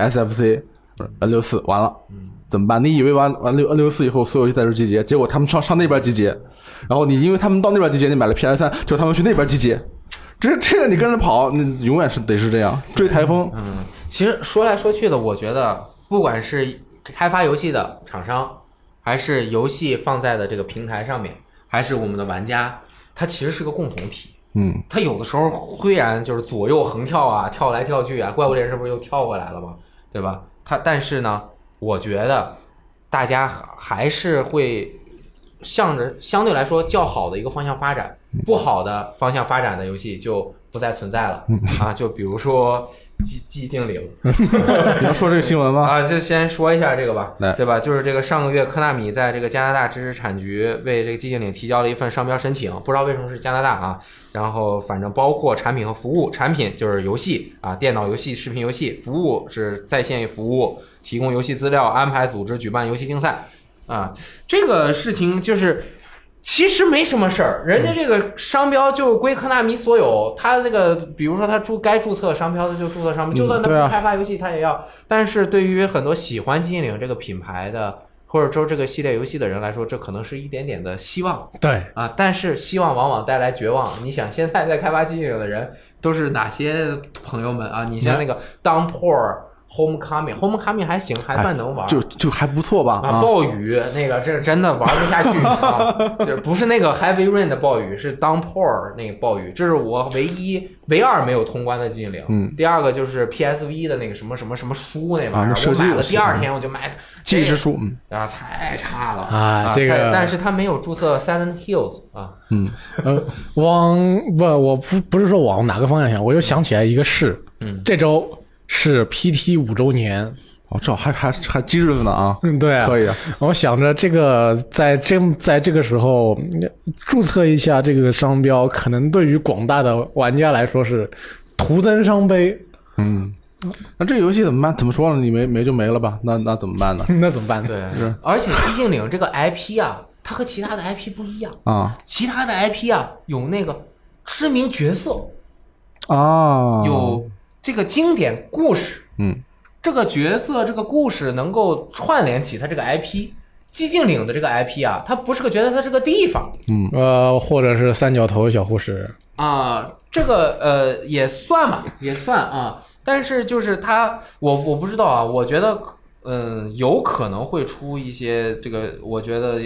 FC、SFC、N64完了，怎么办？你以为玩N64以后所有就在这集结，结果他们上那边集结，然后你因为他们到那边集结，你买了 PS3，就他们去那边集结。这个你跟着跑，你永远得是这样追台风。 其实说来说去的，我觉得不管是开发游戏的厂商，还是游戏放在的这个平台上面，还是我们的玩家，它其实是个共同体。它有的时候虽然就是左右横跳啊，跳来跳去啊，怪物猎人是不是又跳回来了嘛，对吧？但是呢，我觉得大家还是会向着相对来说较好的一个方向发展，不好的方向发展的游戏就不再存在了啊。就比如说寂静岭， 你要说这个新闻吗？ 啊，就先说一下这个吧，对吧？就是这个上个月科纳米在这个加拿大知识产局为这个寂静岭提交了一份商标申请，不知道为什么是加拿大啊。然后反正包括产品和服务，产品就是游戏啊，电脑游戏、视频游戏；服务是在线服务，提供游戏资料、安排、组织、举办游戏竞赛。 啊，这个事情就是其实没什么事儿，人家这个商标就归科纳米所有，他这个比如说他该注册商标的就注册商标，就算他不开发游戏他也要。但是对于很多喜欢寂静岭这个品牌的或者说这个系列游戏的人来说，这可能是一点点的希望。 对啊，但是希望往往带来绝望。你想现在开发寂静岭的人都是哪些朋友们啊？你像那个 Downpour。Homecoming 还行，还算能玩， 就还不错吧。 啊，暴雨那个这真的玩不下去啊！就不是那个 Heavy Rain 的暴雨，是 Downpour 那个暴雨。这是我唯二没有通关的寂静岭。第二个就是 PSV 的那个什么书那玩意儿，我买了第二天我就买记忆之书， 啊，太差了啊！这个， 但是他没有注册 Silent Hills 啊。 我不是说往哪个方向想，我又想起来一个事，这周是 PT 5周年。 这还记日子呢啊！ 对啊， 可以啊。 我想着这个在这个时候注册一下这个商标，可能对于广大的玩家来说是徒增伤悲。 那这个游戏怎么办？怎么说呢？你没就没了吧？那怎么办呢？ 那怎么办？ 对，而且寂静岭这个 IP 啊，它和其他的 IP 不一样啊。其他的 IP 啊，有那个知名角色啊，有这个经典故事，这个角色这个故事能够串联起它这个 IP。寂静岭的这个 IP 啊，它不是个角色，它是个地方。 或者是三角头小护士啊，这个也算吧，也算啊。但是就是它，我不知道啊，我觉得有可能会出一些这个，我觉得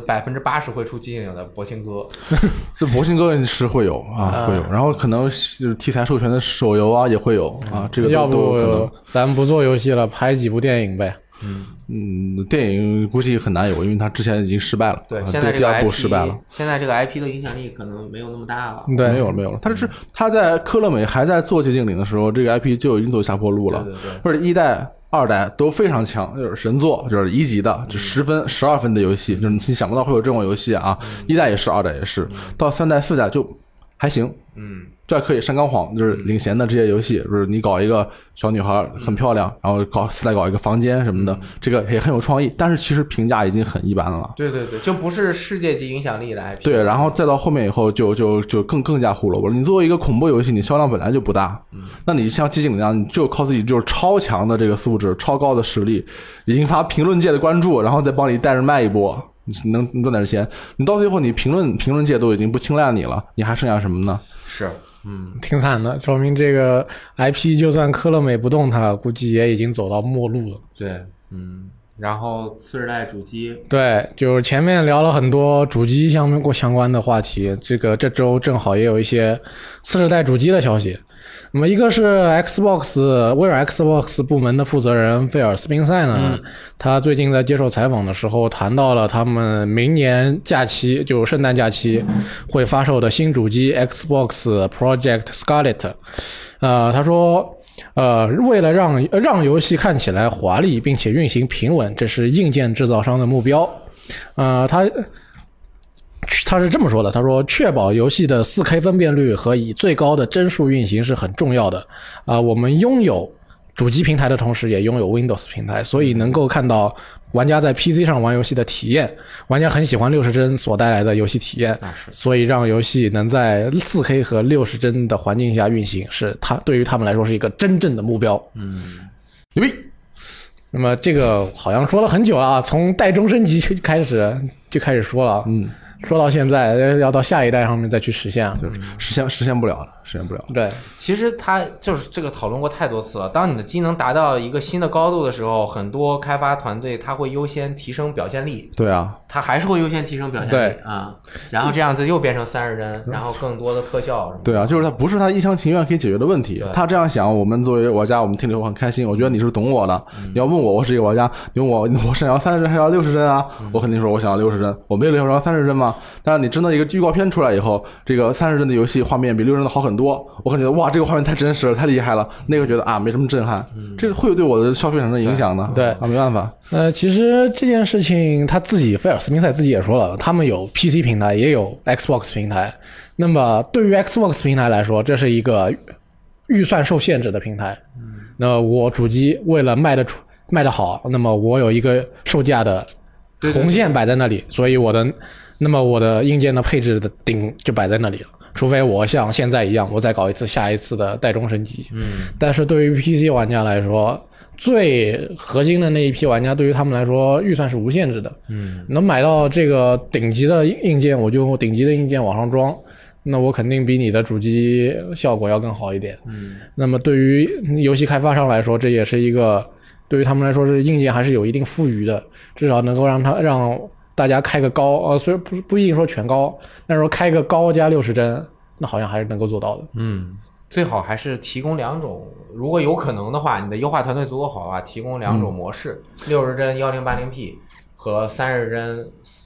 80%会出寂静岭的博兴哥。 这博兴哥是会有啊，会有。然后可能就是题材授权的手游啊也会有啊，这个要不可能咱不做游戏了，拍几部电影呗。 电影估计很难有，因为他之前已经失败了。 对，现在这个第2部失败了。 现在这个 IP 的影响力可能没有那么大了。 对， 没有了。他在科乐美还在做寂静岭的时候，这个 IP 就已经走下坡路了。 对， 或者1代、2代都非常强，就是神作，就是1级的，就10分、12分的游戏，就是你想不到会有这种游戏啊。1代也是，2代也是，到3代、4代就还行。这可以上纲晃，就是领衔的这些游戏，就是你搞一个小女孩很漂亮，然后再搞一个房间什么的，这个也很有创意，但是其实评价已经很一般了。 对，就不是世界级影响力的 IP。 对，然后再到后面以后就更加胡萝卜了。你作为一个恐怖游戏，你销量本来就不大，那你像寂静岭那样，你就靠自己就是超强的这个素质、超高的实力，引发评论界的关注，然后再帮你带着卖一波，你能赚点钱。你到最后你评论界都已经不青睐你了，你还剩下什么呢？ 是。 挺惨的，说明这个 IP 就算科乐美不动它，估计也已经走到末路了。 对，然后次世代主机， 对，就是前面聊了很多主机相关的话题，这周正好也有一些次世代主机的消息。那么一个是微软 Xbox 部门的负责人费尔斯宾塞呢，他最近在接受采访的时候谈到了他们明年假期，就圣诞假期会发售的新主机 Xbox Project Scarlet。他说为了让游戏看起来华丽并且运行平稳，这是硬件制造商的目标。他是这么说的，他说确保游戏的 4K 分辨率和以最高的帧数运行是很重要的。我们拥有主机平台的同时也拥有 Windows 平台，所以能够看到玩家在 PC 上玩游戏的体验，玩家很喜欢60帧所带来的游戏体验，所以让游戏能在 4K 和60帧的环境下运行，是对于他们来说是一个真正的目标。 牛逼！ 那么这个好像说了很久了啊，从代中升级就开始说了，说到现在要到下一代上面再去实现， 就是实现不了了。 对，其实它就是这个讨论过太多次了。当你的机能达到一个新的高度的时候，很多开发团队它会优先提升表现力。 对啊， 它还是会优先提升表现力啊，然后这样子又变成30帧，然后更多的特效。对啊，就是它不是他一厢情愿可以解决的问题。他这样想，我们作为玩家，我们听了我很开心。我觉得你是懂我的。你要问我是一个玩家，你问我想要30帧还是要60帧啊？我肯定说我想要60帧。我没有要30帧吗？但是你真的一个预告片出来以后，这个30帧的游戏画面比60帧的好很多。我感觉哇，这个画面太真实了，太厉害了。那个觉得没什么震撼，这个会有对我的消费产生影响的。 对没办法。 其实这件事情他自己菲尔斯宾塞自己也说了，他们有 PC 平台，也有 Xbox 平台。那么对于 Xbox 平台来说，这是一个预算受限制的平台。那我主机为了卖得好，那么我有一个售价的红线摆在那里，所以我的硬件的配置的顶就摆在那里了。除非我像现在一样，我再搞下一次的代中升级。但是对于 PC 玩家来说，最核心的那一批玩家，对于他们来说，预算是无限制的。能买到这个顶级的硬件，我就用顶级的硬件往上装。那我肯定比你的主机效果要更好一点。那么对于游戏开发商来说，这也是一个对于他们来说是硬件还是有一定富余的，至少能够让大家开个高虽然不一定说全高，但是说开个高加60帧，那好像还是能够做到的。 最好还是提供2种，如果有可能的话，你的优化团队足够好的话，提供2种模式，60帧 1080p 和30帧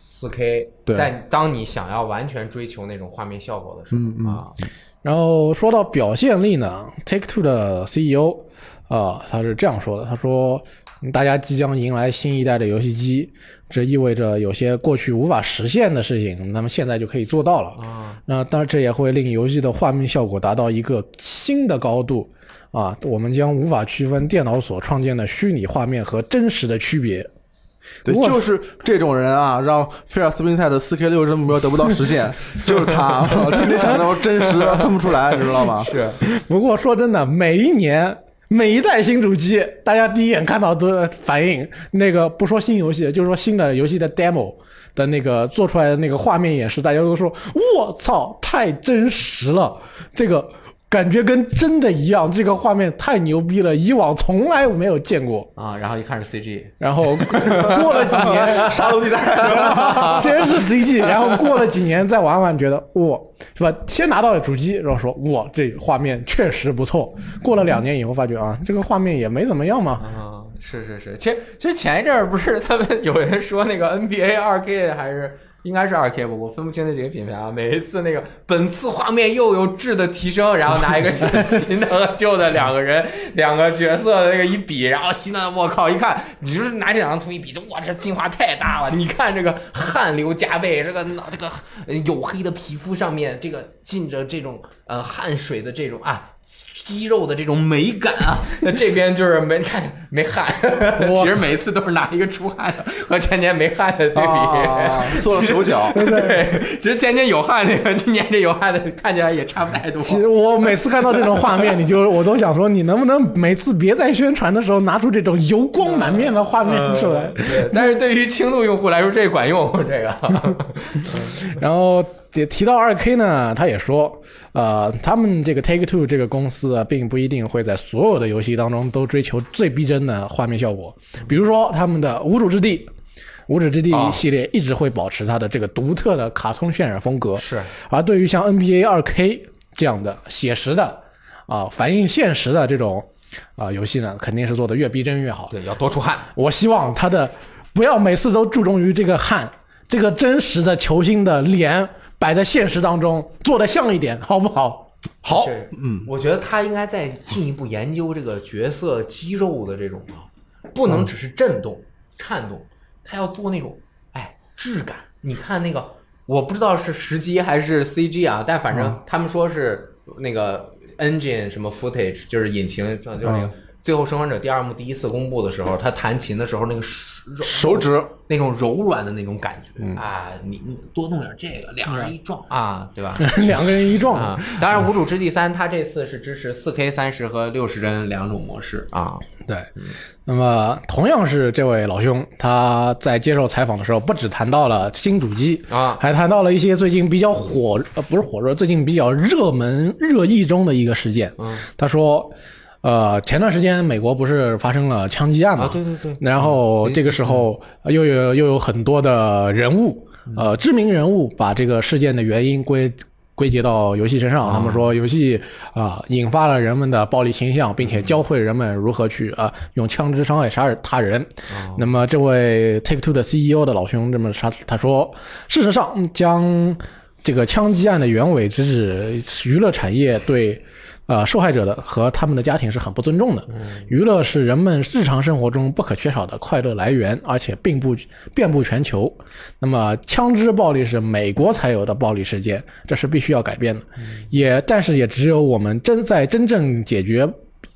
4K。在当你想要完全追求那种画面效果的时候然后说到表现力呢 ，Take-Two 的 CEO 他是这样说的，他说大家即将迎来新一代的游戏机，这意味着有些过去无法实现的事情，那么现在就可以做到了。那当然这也会令游戏的画面效果达到一个新的高度我们将无法区分电脑所创建的虚拟画面和真实的区别。 对，就是这种人让菲尔斯宾塞的 4K 60帧目标得不到实现，就是他，天天想着真实分不出来，你知道吗？ 是。 不过说真的，每一年每一代新主机，大家第一眼看到的反应，那个不说新游戏，就是说新的游戏的 demo 的那个做出来的那个画面演示，大家都说我操，太真实了，这个感觉跟真的一样，这个画面太牛逼了，以往从来没有见过然后一看是 CG， 然后过了几年杀戮地带先是 CG， 然后过了几年再玩觉得是吧？先拿到主机，然后说这画面确实不错。过了2年以后发觉这个画面也没怎么样嘛。 是。其实前一阵儿不是他们有人说那个 NBA 2K 还是应该是2K 吧，我分不清那几个品牌每一次那个本次画面又有质的提升，然后拿一个新的和旧的两个角色的那个一比，然后新的我靠一看，你就是拿这2张图一比，这进化太大了！你看这个汗流浃背，这个黝黑的皮肤上面这个浸着这种汗水的这种肌肉的这种美感那这边就是没汗，其实每一次都是拿一个出汗的和前年没汗的对比， 做了手脚。 对，其实前年有汗那个，今年这有汗的看起来也差不太多。 其实我每次看到这种画面，我都想说，你能不能每次别在宣传的时候拿出这种油光满面的画面出来？ 对，但是对于轻度用户来说，这管用这个。 然后也提到2K 呢，他也说，他们这个 Take-Two 这个公司并不一定会在所有的游戏当中都追求最逼真的画面效果。比如说他们的无主之地系列一直会保持它的这个独特的卡通渲染风格。 是。 而对于像 NBA 2K 这样的写实的反映现实的这种游戏呢，肯定是做的越逼真越好。 对，要多出汗。 我希望它的不要每次都注重于这个汗，这个真实的球星的脸摆在现实当中，做得像一点，好不好？好。 我觉得他应该再进一步研究这个角色肌肉的这种不能只是震动、颤动，他要做那种质感。你看那个，我不知道是实机还是 CG 但反正他们说是那个 engine 什么 footage， 就是引擎，就是那个最后生还者第2幕第一次公布的时候，他弹琴的时候那个手指那种柔软的那种感觉你多弄点这个，2人一撞对吧 ？2个人一撞当然，无主之地3它这次是支持 4K 30和60帧2种模式对。那么同样是这位老兄，他在接受采访的时候，不只谈到了新主机还谈到了一些最近比较不是火热，最近比较热议中的一个事件。他说前段时间美国不是发生了枪击案嘛？ 对， 然后这个时候又有很多的人物，知名人物把这个事件的原因归结到游戏身上。他们说游戏引发了人们的暴力倾向，并且教会人们如何去用枪支伤害他人。那么这位 Take-Two 的 CEO 的老兄他说，事实上将这个枪击案的原委直指娱乐产业对受害者的和他们的家庭是很不尊重的。娱乐是人们日常生活中不可缺少的快乐来源，而且遍布全球。那么枪支暴力是美国才有的暴力事件，这是必须要改变的。但是也只有我们真正解决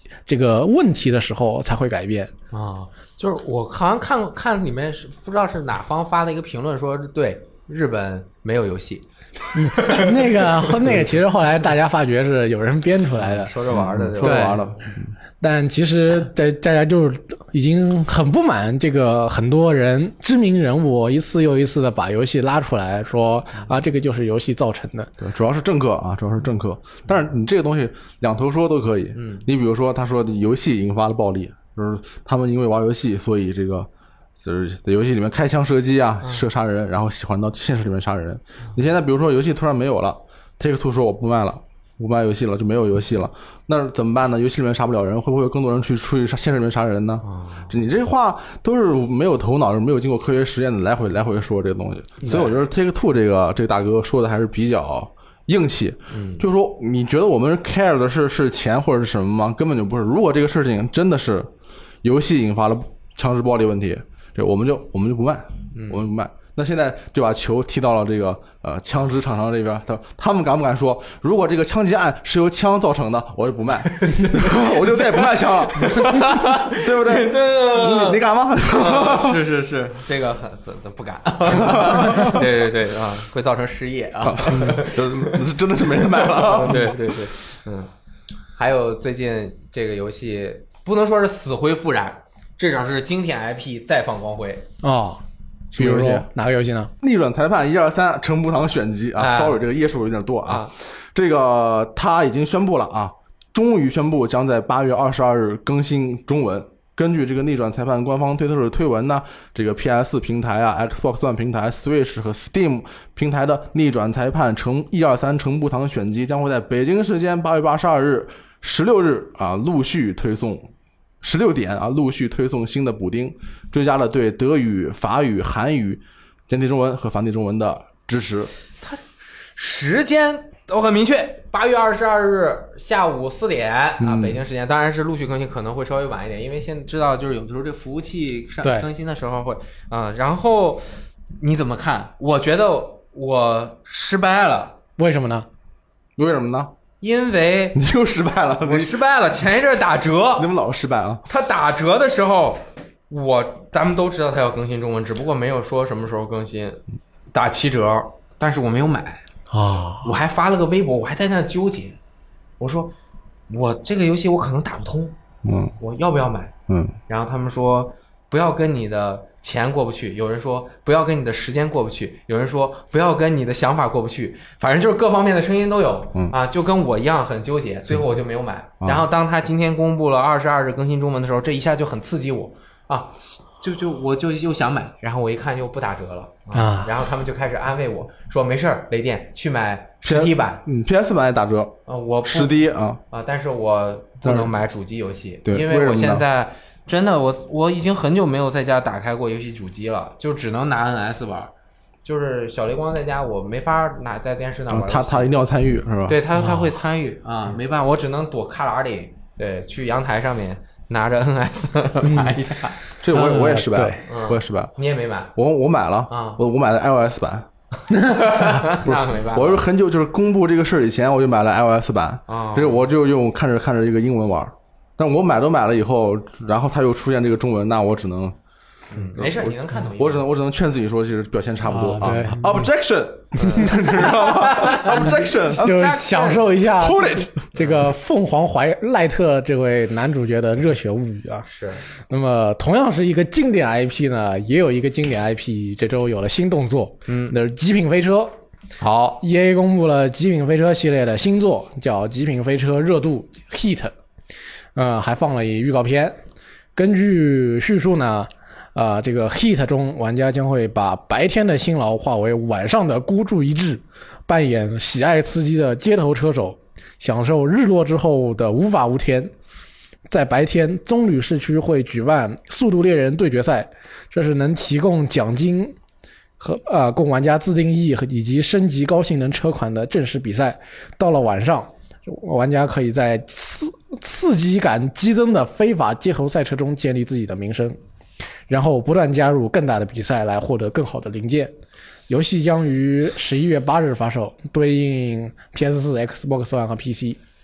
这个问题的时候才会改变啊。就是我好像看里面是不知道是哪方发的一个评论说，对日本没有游戏。 那个其实后来大家发觉是有人编出来的， 说着玩的， 说着玩的。 但其实大家就已经很不满这个很多人知名人物一次又一次的把游戏拉出来说啊，这个就是游戏造成的。 对，主要是政客啊，主要是政客。但是你这个东西两头说都可以。你比如说他说游戏引发了暴力，就是他们因为玩游戏，所以这个就是在游戏里面开枪射击啊，杀人，然后喜欢到现实里面杀人。你现在比如说游戏突然没有了 ，Take-Two 说我不卖了。不卖游戏了就没有游戏了，那怎么办呢？游戏里面杀不了人，会不会有更多人出去现实里面杀人呢？你这话都是没有头脑，没有经过科学实验的来回说这个东西。所以我觉得 Take-Two 这个大哥说的还是比较硬气。就是说你觉得我们 care 的是钱或者是什么吗？根本就不是。如果这个事情真的是游戏引发了枪支暴力问题，这我们就不卖，我们不卖。那现在就把球踢到了这个枪支厂商这边，他们敢不敢说，如果这个枪击案是由枪造成的，我就不卖，我就再也不卖枪了，对不对？你敢吗？ 是，这个很不敢。对啊，会造成失业啊， 真的是没人买了。 对，还有最近这个游戏不能说是死灰复燃，至少是经典 IP 再放光辉哦。比如说哪个游戏呢？ 逆转裁判123程步堂选集啊，sorry，这个页数有点多啊。这个他已经宣布了啊，终于宣布将在8月22日更新中文。根据这个逆转裁判官方推特的推文呢，这个 PS 平台啊、Xbox One 平台、Switch 和 Steam 平台的逆转裁判123程步堂选集将会在北京时间8月82日、16日啊陆续推送。16点啊，陆续推送新的补丁，追加了对德语、法语、韩语、简体中文和繁体中文的支持。 它时间都很明确，8月22日下午4点啊，北京时间。当然是陆续更新，可能会稍微晚一点，因为现在知道就是有的时候这服务器更新的时候会然后你怎么看？我觉得我失败了， 为什么呢？ 为什么呢？ 因为你又失败了， 我失败了。前一阵打折， 你们老失败啊！ 他打折的时候，咱们都知道他要更新中文，只不过没有说什么时候更新，打7折，但是我没有买啊。我还发了个微博，我还在那纠结，我说我这个游戏我可能打不通，我要不要买？然后他们说不要跟你的钱过不去，有人说不要跟你的时间过不去，有人说不要跟你的想法过不去，反正就是各方面的声音都有就跟我一样很纠结，最后我就没有买。然后当他今天公布了22日更新中文的时候，这一下就很刺激我我就又想买，然后我一看又不打折了然后他们就开始安慰我说没事儿，雷电去买实体版 ，PS 版也打折我实体但是我不能买主机游戏， 对， 因为我现在真的我已经很久没有在家打开过游戏主机了，就只能拿 NS 玩。就是小雷光在家，我没法拿在电视那玩。 他一定要参与是吧？ 对他会参与没办法，我只能躲旮旯里，对，去阳台上面拿着 NS 买一下。 这我也失败了，我也失败了。 你也没买？ 我买了我买的 iOS 版。 那没办法， 我是很久就是公布这个事以前我就买了 iOS 版这我就用看着这个英文玩。但我买都买了以后，然后他又出现这个中文，那我只能没事，你能看懂。 我只能劝自己说，其实表现差不多对 Objection， 你知道吗 ？Objection， 就享受一下 Hold it 这个凤凰赖特这位男主角的热血物语啊。 是。 那么同样是一个经典 IP 呢，也有一个经典 IP 这周有了新动作，那是极品飞车。好 ，EA 公布了极品飞车系列的新作，叫极品飞车热度 Heat。还放了预告片。根据叙述呢，这个 Heat 中，玩家将会把白天的辛劳化为晚上的孤注一掷，扮演喜爱刺激的街头车手，享受日落之后的无法无天。在白天，棕榈市区会举办速度猎人对决赛，这是能提供奖金和供玩家自定义以及升级高性能车款的正式比赛。到了晚上，玩家可以在刺激感激增的非法街头赛车中建立自己的名声，然后不断加入更大的比赛来获得更好的零件。游戏将于11月8日发售，对应 PS4、Xbox One 和 PC。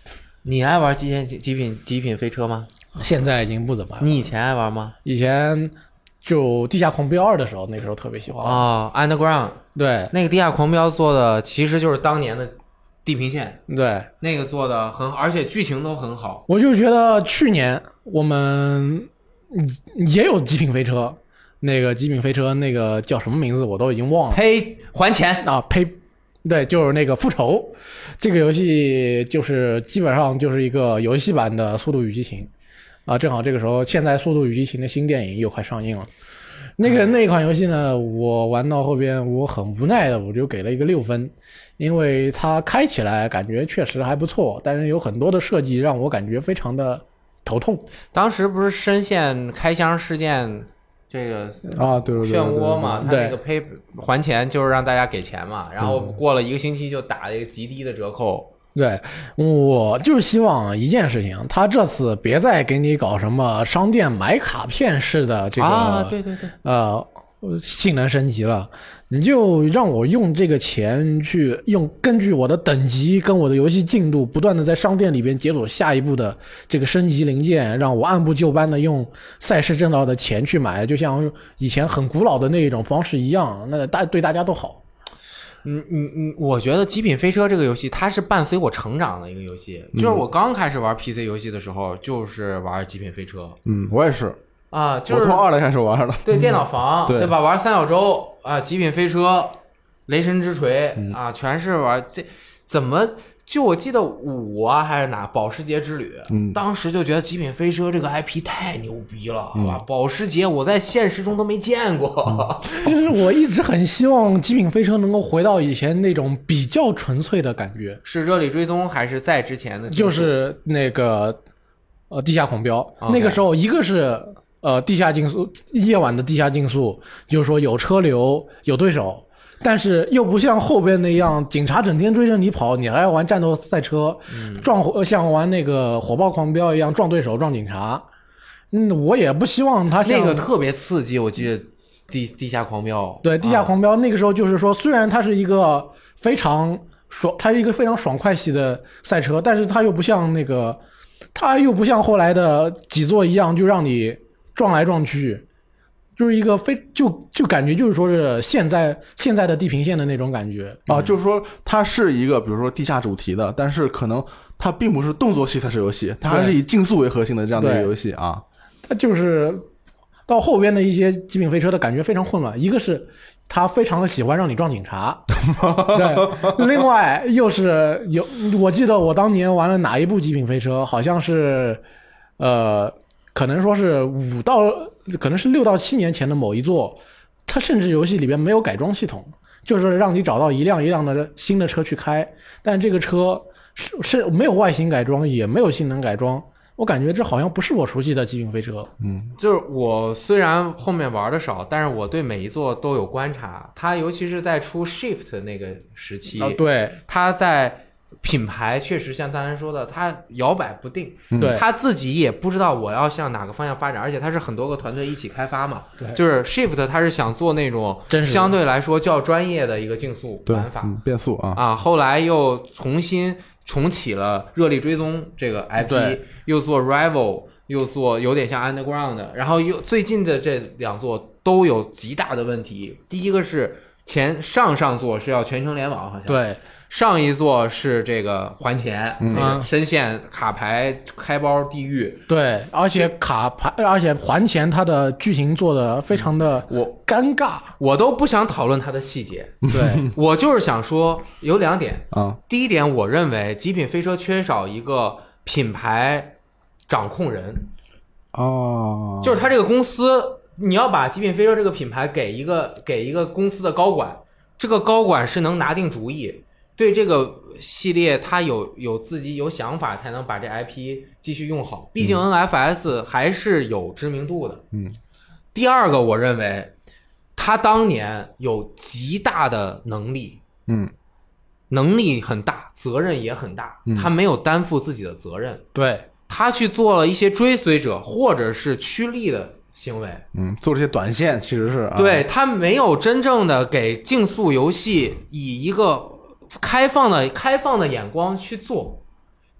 你爱玩极品飞车吗？ 现在已经不怎么爱玩。 你以前爱玩吗？ 以前就《地下狂飙2》的时候，那时候特别喜欢玩。 哦 ，Underground， 对， 那个地下狂飙做的其实就是当年的地平线， 对， 那个做的很好，而且剧情都很好。 我就觉得去年我们也有极品飞车，那个极品飞车那个叫什么名字我都已经忘了。 呸，还钱啊呸，对，就是那个复仇，这个游戏就是基本上就是一个游戏版的《速度与激情》啊，正好这个时候现在《速度与激情》的新电影又快上映了。那一款游戏呢，我玩到后边我很无奈的，我就给了一个6分，因为它开起来感觉确实还不错，但是有很多的设计让我感觉非常的头痛。 当时不是深陷开箱事件这个啊，对漩涡嘛，他那个还钱就是让大家给钱嘛，然后过了1个星期就打了一个极低的折扣。 对，我就是希望一件事情，他这次别再给你搞什么商店买卡片式的这个对对对， 性能升级了，你就让我用这个钱去根据我的等级跟我的游戏进度，不断的在商店里边解锁下一步的这个升级零件，让我按部就班的用赛事挣到的钱去买，就像以前很古老的那种方式一样，那对大家都好。 我觉得极品飞车这个游戏它是伴随我成长的一个游戏，就是我刚开始玩 PC 游戏的时候就是玩极品飞车。 我也是啊，就是我从2代开始玩的。 对，电脑房， 对吧？玩三角洲啊，极品飞车、雷神之锤啊，全是玩这怎么？就我记得5啊还是哪保时捷之旅，当时就觉得极品飞车这个 IP 太牛逼了，好吧？保时捷我在现实中都没见过。 就是我一直很希望极品飞车能够回到以前那种比较纯粹的感觉。 是热力追踪还是在之前的？ 就是那个地下狂飙，那个时候一个是地下竞速，夜晚的地下竞速，就是说有车流有对手。但是又不像后边那样，警察整天追着你跑，你还要玩战斗赛车，像玩那个火爆狂飙一样撞对手撞警察。我也不希望他像那个特别刺激，我记得地下狂飙。 对，地下狂飙那个时候就是说，虽然它是一个非常爽快系的赛车，但是它又不像后来的几座一样，就让你撞来撞去。就是一个就感觉就是说是现在的地平线的那种感觉啊，就是说它是一个比如说地下主题的，但是可能它并不是动作系赛车游戏，它还是以竞速为核心的这样的一个游戏啊。 它就是到后边的一些极品飞车的感觉非常混乱，一个是他非常喜欢让你撞警察，对，另外又是我记得我当年玩了哪一部极品飞车，好像是可能说是可能是6到7年前的某一座，它甚至游戏里边没有改装系统，就是让你找到一辆一辆的新的车去开，但这个车是没有外形改装，也没有性能改装，我感觉这好像不是我熟悉的极品飞车。 就是我虽然后面玩的少，但是我对每一座都有观察，它尤其是在出 Shift 那个时期， 对， 它在品牌确实像赞恩说的，他摇摆不定， 对， 他自己也不知道我要向哪个方向发展，而且他是很多个团队一起开发嘛， 对， 就是 Shift 他是想做那种相对来说较专业的一个竞速玩法， 变速啊， 后来又重启了热力追踪这个 IP， 又做 Rival， 又做有点像 Underground 的，然后又最近的这2座都有极大的问题，第一个是上座是要全球联网，好像对。 上一座是这个还钱，深陷卡牌开包地狱。 对，而且还钱，它的剧情做的非常的尴尬， 我都不想讨论它的细节。 对， 我就是想说有2点啊。 第一点，我认为极品飞车缺少一个品牌掌控人。 哦， 就是他这个公司，你要把极品飞车这个品牌给一个公司的高管，这个高管是能拿定主意。对这个系列他有自己有想法，才能把这 IP 继续用好，毕竟 NFS 还是有知名度的。第二个，我认为他当年有极大的能力，能力很大，责任也很大，他没有担负自己的责任， 对， 他去做了一些追随者或者是趋利的行为， 做这些短线其实是对，他没有真正的给竞速游戏以一个开放的眼光去做，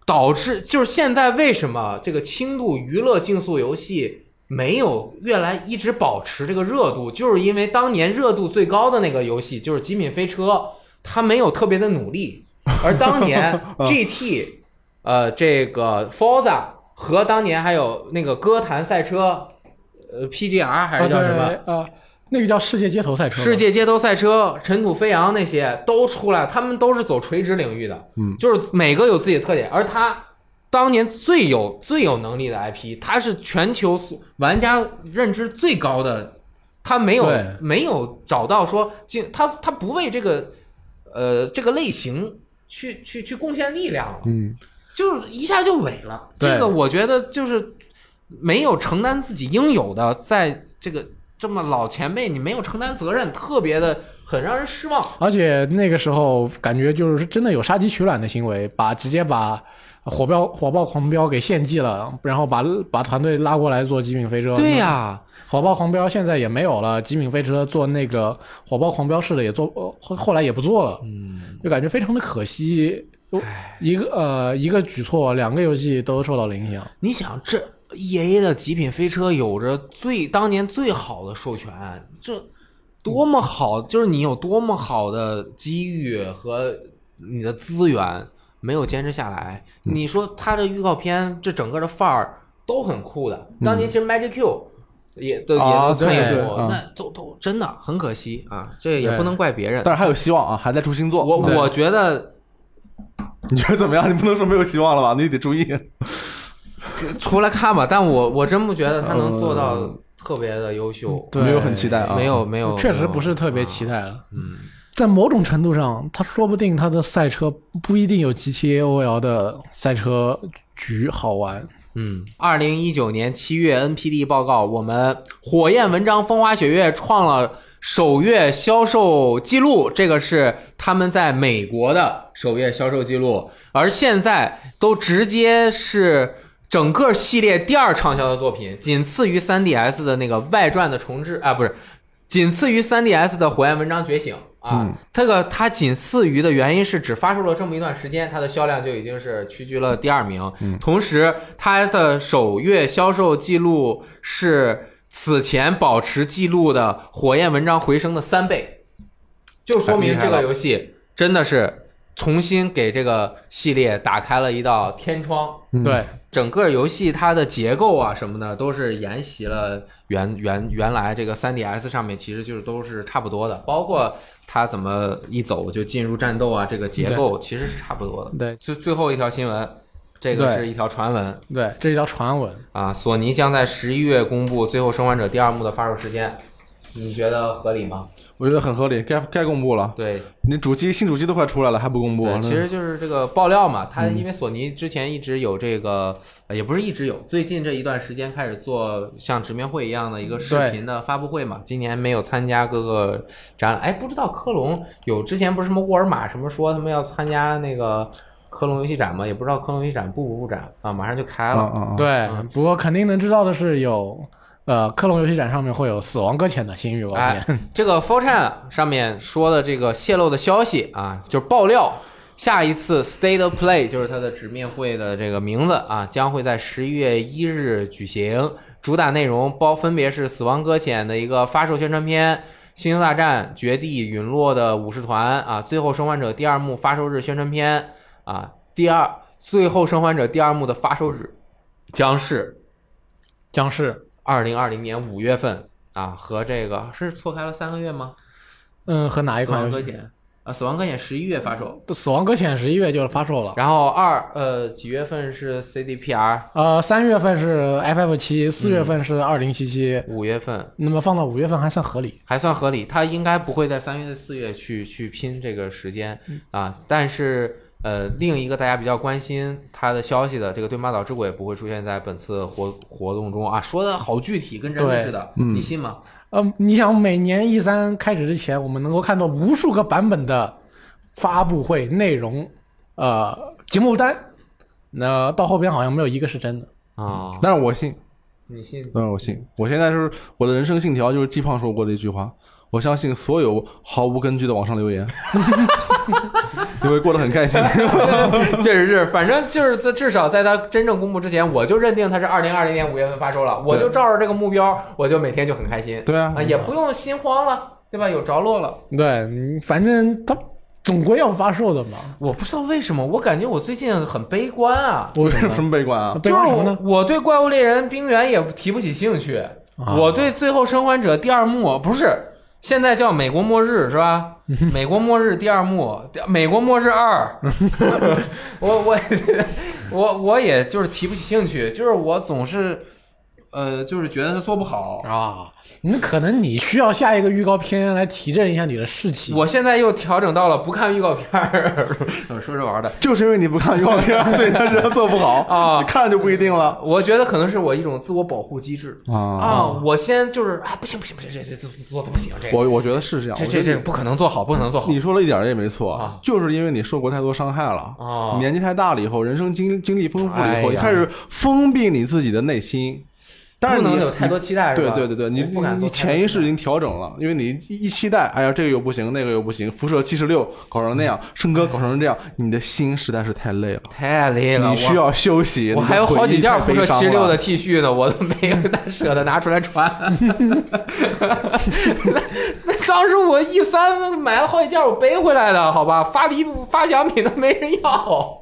导致就是现在为什么这个轻度娱乐竞速游戏没有一直保持这个热度，就是因为当年热度最高的那个游戏就是《极品飞车》，它没有特别的努力，而当年 GT 这个 Forza 和当年还有那个歌坛赛车PGR 还是叫什么那个叫世界街头赛车， 世界街头赛车、尘土飞扬那些都出来，他们都是走垂直领域的，就是每个有自己的特点。而他当年最有能力的 IP， 他是全球玩家认知最高的，他没有找到说他不为这个类型去贡献力量了，就是一下就萎了。这个我觉得就是没有承担自己应有的，在这么老前辈，你没有承担责任，特别的很让人失望。 而且那个时候感觉就是真的有杀鸡取卵的行为，直接把火爆狂飙给献祭了，然后把团队拉过来做极品飞车。 对呀， 火爆狂飙现在也没有了，极品飞车做那个火爆狂飙式的也做，后来也不做了，就感觉非常的可惜。一个举措，两个游戏都受到了影响。 你想这。EA 的极品飞车有着当年最好的授权，这多么好，就是你有多么好的机遇和你的资源没有坚持下来。你说他的预告片这整个的范儿都很酷的，当年其实 Magic Q 也都参与过，那都真的很可惜啊，这也不能怪别人， 但是还有希望啊，还在出新作。 我觉得， 你觉得怎么样？你不能说没有希望了吧？你得注意。 出来看吧，但我真不觉得他能做到特别的优秀， 没有很期待啊， 没有， 确实不是特别期待了。在某种程度上，他说不定他的赛车不一定有 GTA OL 的赛车局好玩。 2019年7月 NPD 报告，我们火焰文章风花雪月创了首月销售记录，这个是他们在美国的首月销售记录，而现在都直接是整个系列第2畅销的作品，仅次于 3DS 的那个外传的重置不是，仅次于 3DS 的火焰文章觉醒啊。它仅次于的原因是只发售了这么一段时间，它的销量就已经是屈居了第2名。同时它的首月销售记录是此前保持记录的火焰文章回声的3倍，就说明这个游戏真的是重新给这个系列打开了一道天窗。 对， 整个游戏它的结构啊什么的都是沿袭了原来这个 3DS 上面其实就是都是差不多的，包括它怎么一走就进入战斗啊，这个结构其实是差不多的。 对， 最后一条新闻，这个是一条传闻。 对，这是一条传闻啊，索尼将在11月公布《最后生还者》第2幕的发售时间，你觉得合理吗？ 我觉得很合理，该公布了。 对， 你新主机都快出来了，还不公布？ 其实就是这个爆料嘛，它因为索尼之前一直有这个，也不是一直有，最近这一段时间开始做像直面会一样的一个视频的发布会嘛。今年没有参加各个展览，不知道科隆有之前不是什么沃尔玛什么说他们要参加那个科隆游戏展嘛，也不知道科隆游戏展布展啊，马上就开了。 对，不过肯定能知道的是有。科隆游戏展上面会有死亡搁浅的新预告片。 这个 4chan 上面说的这个泄露的消息啊，就是爆料，下一次 State of Play 就是它的直面会的这个名字啊，将会在11月1日举行。主打内容分别是死亡搁浅的一个发售宣传片、星球大战、绝地陨落的武士团啊、最后生还者第2幕发售日宣传片啊，最后生还者第2幕的发售日将是2020年5月份啊，和这个是错开了3个月吗？ 和哪一款游戏？ 死亡搁浅11月发售， 死亡搁浅11月就发售了。 然后几月份是 CDPR？ 3月份是 FF7， 4月份是2077， 5月份。 那么放到5月份还算合理， 它应该不会在3月4月去拼这个时间啊，但是。另一个大家比较关心它的消息的这个对马岛之鬼不会出现在本次活动中啊，说的好具体，跟真的似的，你信吗？ 你想每年E3开始之前，我们能够看到无数个版本的发布会内容，节目单，那到后边好像没有一个是真的啊。 但是我信， 你信？ 我信。我现在是我的人生信条，就是季胖说过的一句话。 我相信所有毫无根据的网上留言，你会过得很开心。 确实是，反正就是至少在它真正公布之前，我就认定它是2020年5月份发售了，我就照着这个目标，我就每天就很开心。 对啊， 也不用心慌了，对吧？有着落了。 对，反正它总归要发售的嘛。 我不知道为什么，我感觉我最近很悲观啊。 为什么？ 什么悲观啊？ 悲观什么呢？ 我对怪物猎人冰原也提不起兴趣，我对最后生还者第二幕不是。现在叫美国末日是吧？美国末日第二幕，美国末日2，我也就是提不起兴趣，就是我总是就是觉得他做不好啊。可能你需要下一个预告片来提振一下你的士气。 我现在又调整到了不看预告片说着玩的， 就是因为你不看预告片，所以他是做不好啊。 你看了就不一定了。 我觉得可能是我一种自我保护机制啊。 我先就是不行，这做的不行，这我觉得是这样， 这不可能做好，不可能做好。 你说了一点也没错，就是因为你受过太多伤害了啊，年纪太大了以后，人生经历丰富了以后，你开始封闭你自己的内心。但是不能有太多期待，是吧？ 对，你潜意识已经调整了，因为你一期待，哎呀，这个又不行，那个又不行，辐射76搞成那样，圣歌搞成这样，你的心实在是太累了，你需要休息。 我还有好几件辐射76的 T 恤呢，我都没有舍得拿出来穿。那当时我E3买了好几件，我背回来的，好吧？发奖品都没人要。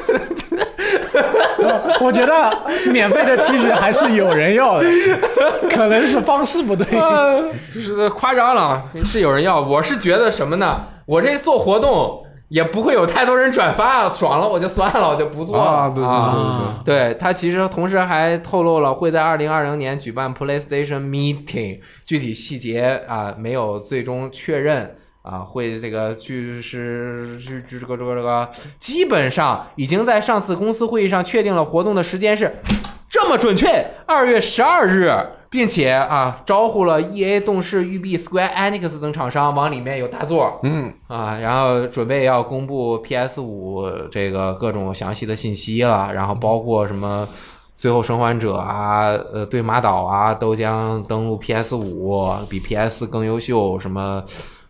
我觉得免费的 T 恤还是有人要的，可能是方式不对。 是夸张了，是有人要。我是觉得什么呢？我这做活动也不会有太多人转发，爽了我就算了，我就不做了。对，他其实同时还透露了会在2020年举办 PlayStation Meeting， 具体细节没有最终确认。会这个就是这个基本上已经在上次公司会议上确定了活动的时间是这么准确，2月12日，并且招呼了 EA、动视、育碧、Square Enix 等厂商往里面有大作，然后准备要公布 PS5 这个各种详细的信息了，然后包括什么最后生还者对马岛都将登陆 PS5， 比 PS 更优秀，什么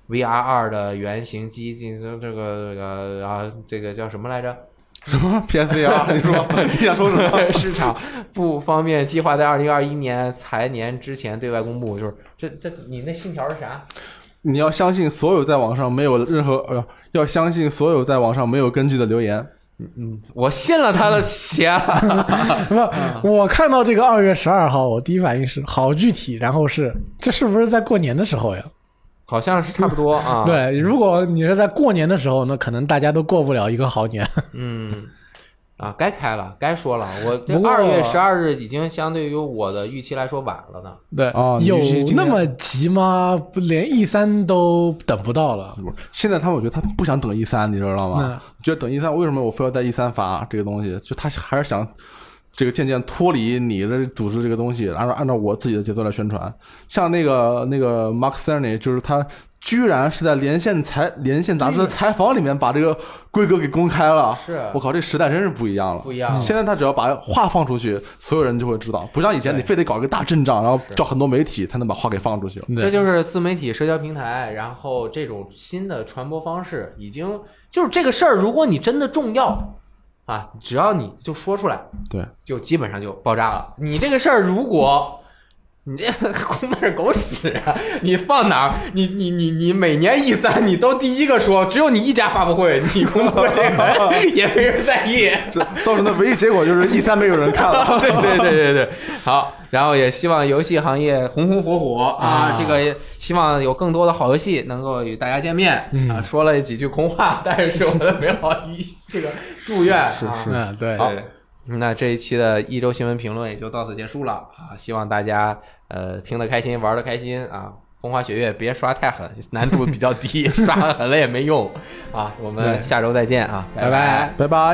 VR2 的原型机进行这个叫什么来着？ 什么 PSVR？ 你想说什么？ 市场不方便，计划在2021年财年之前对外公布。就是这你那信条是啥？ 你要相信所有在网上没有任何要相信所有在网上没有根据的留言。 我信了他的邪了。 我看到这个2月12号，我第一反应是好具体，然后这是不是在过年的时候呀？ 好像是差不多啊。 对，如果你是在过年的时候，那可能大家都过不了一个好年。 该开了，该说了。我这2月12日已经相对于我的预期来说晚了呢。 对有那么急吗？连 E3 都等不到了。 现在我觉得他不想等 E3， 你知道吗？觉得等 E3， 为什么我非要在 E3 发这个东西？就他还是想这个渐渐脱离你的组织这个东西，按照我自己的节奏来宣传。像那个 Mark Cerny， 就是他居然是在连线杂志的采访里面把这个规格给公开了。 是， 我靠，这时代真是不一样了。 不一样了。 现在他只要把话放出去，所有人就会知道，不像以前你非得搞一个大阵仗，然后找很多媒体才能把话给放出去了。 这就是自媒体社交平台，然后这种新的传播方式，已经就是这个事儿，如果你真的重要。只要你就说出来， 对， 就基本上就爆炸了。你这个事儿，如果你这公门狗屎啊！你放哪儿？你每年E3你都第一个说，只有你一家发布会，你公布这个也没人在意， 这造成的唯一结果就是E3没有人看了。 对，好，然后也希望游戏行业红红火火这个希望有更多的好游戏能够与大家见面说了几句空话，但是我的美好这个祝愿是对。 好，那这一期的一周新闻评论也就到此结束了希望大家听得开心，玩得开心风花雪月别刷太狠，难度比较低，刷狠了也没用我们下周再见拜拜拜拜。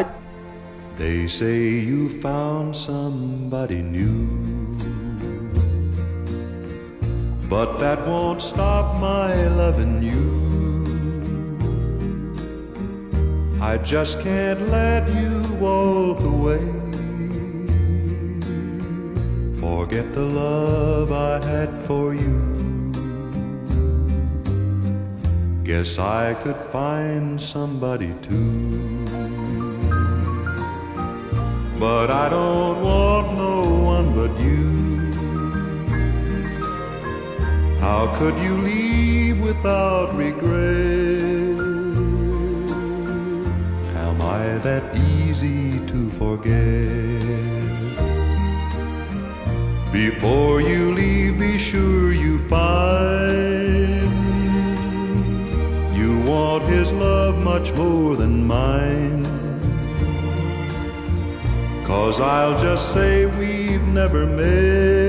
They say you found somebody new, but that won't stop my loving you. I just can't let you walk away. Forget the love I had for you. Guess I could find somebody too. But I don't want no one but you. How could you leave without regret? Am I that easy to forget? Before you leave, be sure you find you want his love much more than mine. 'Cause I'll just say we've never met.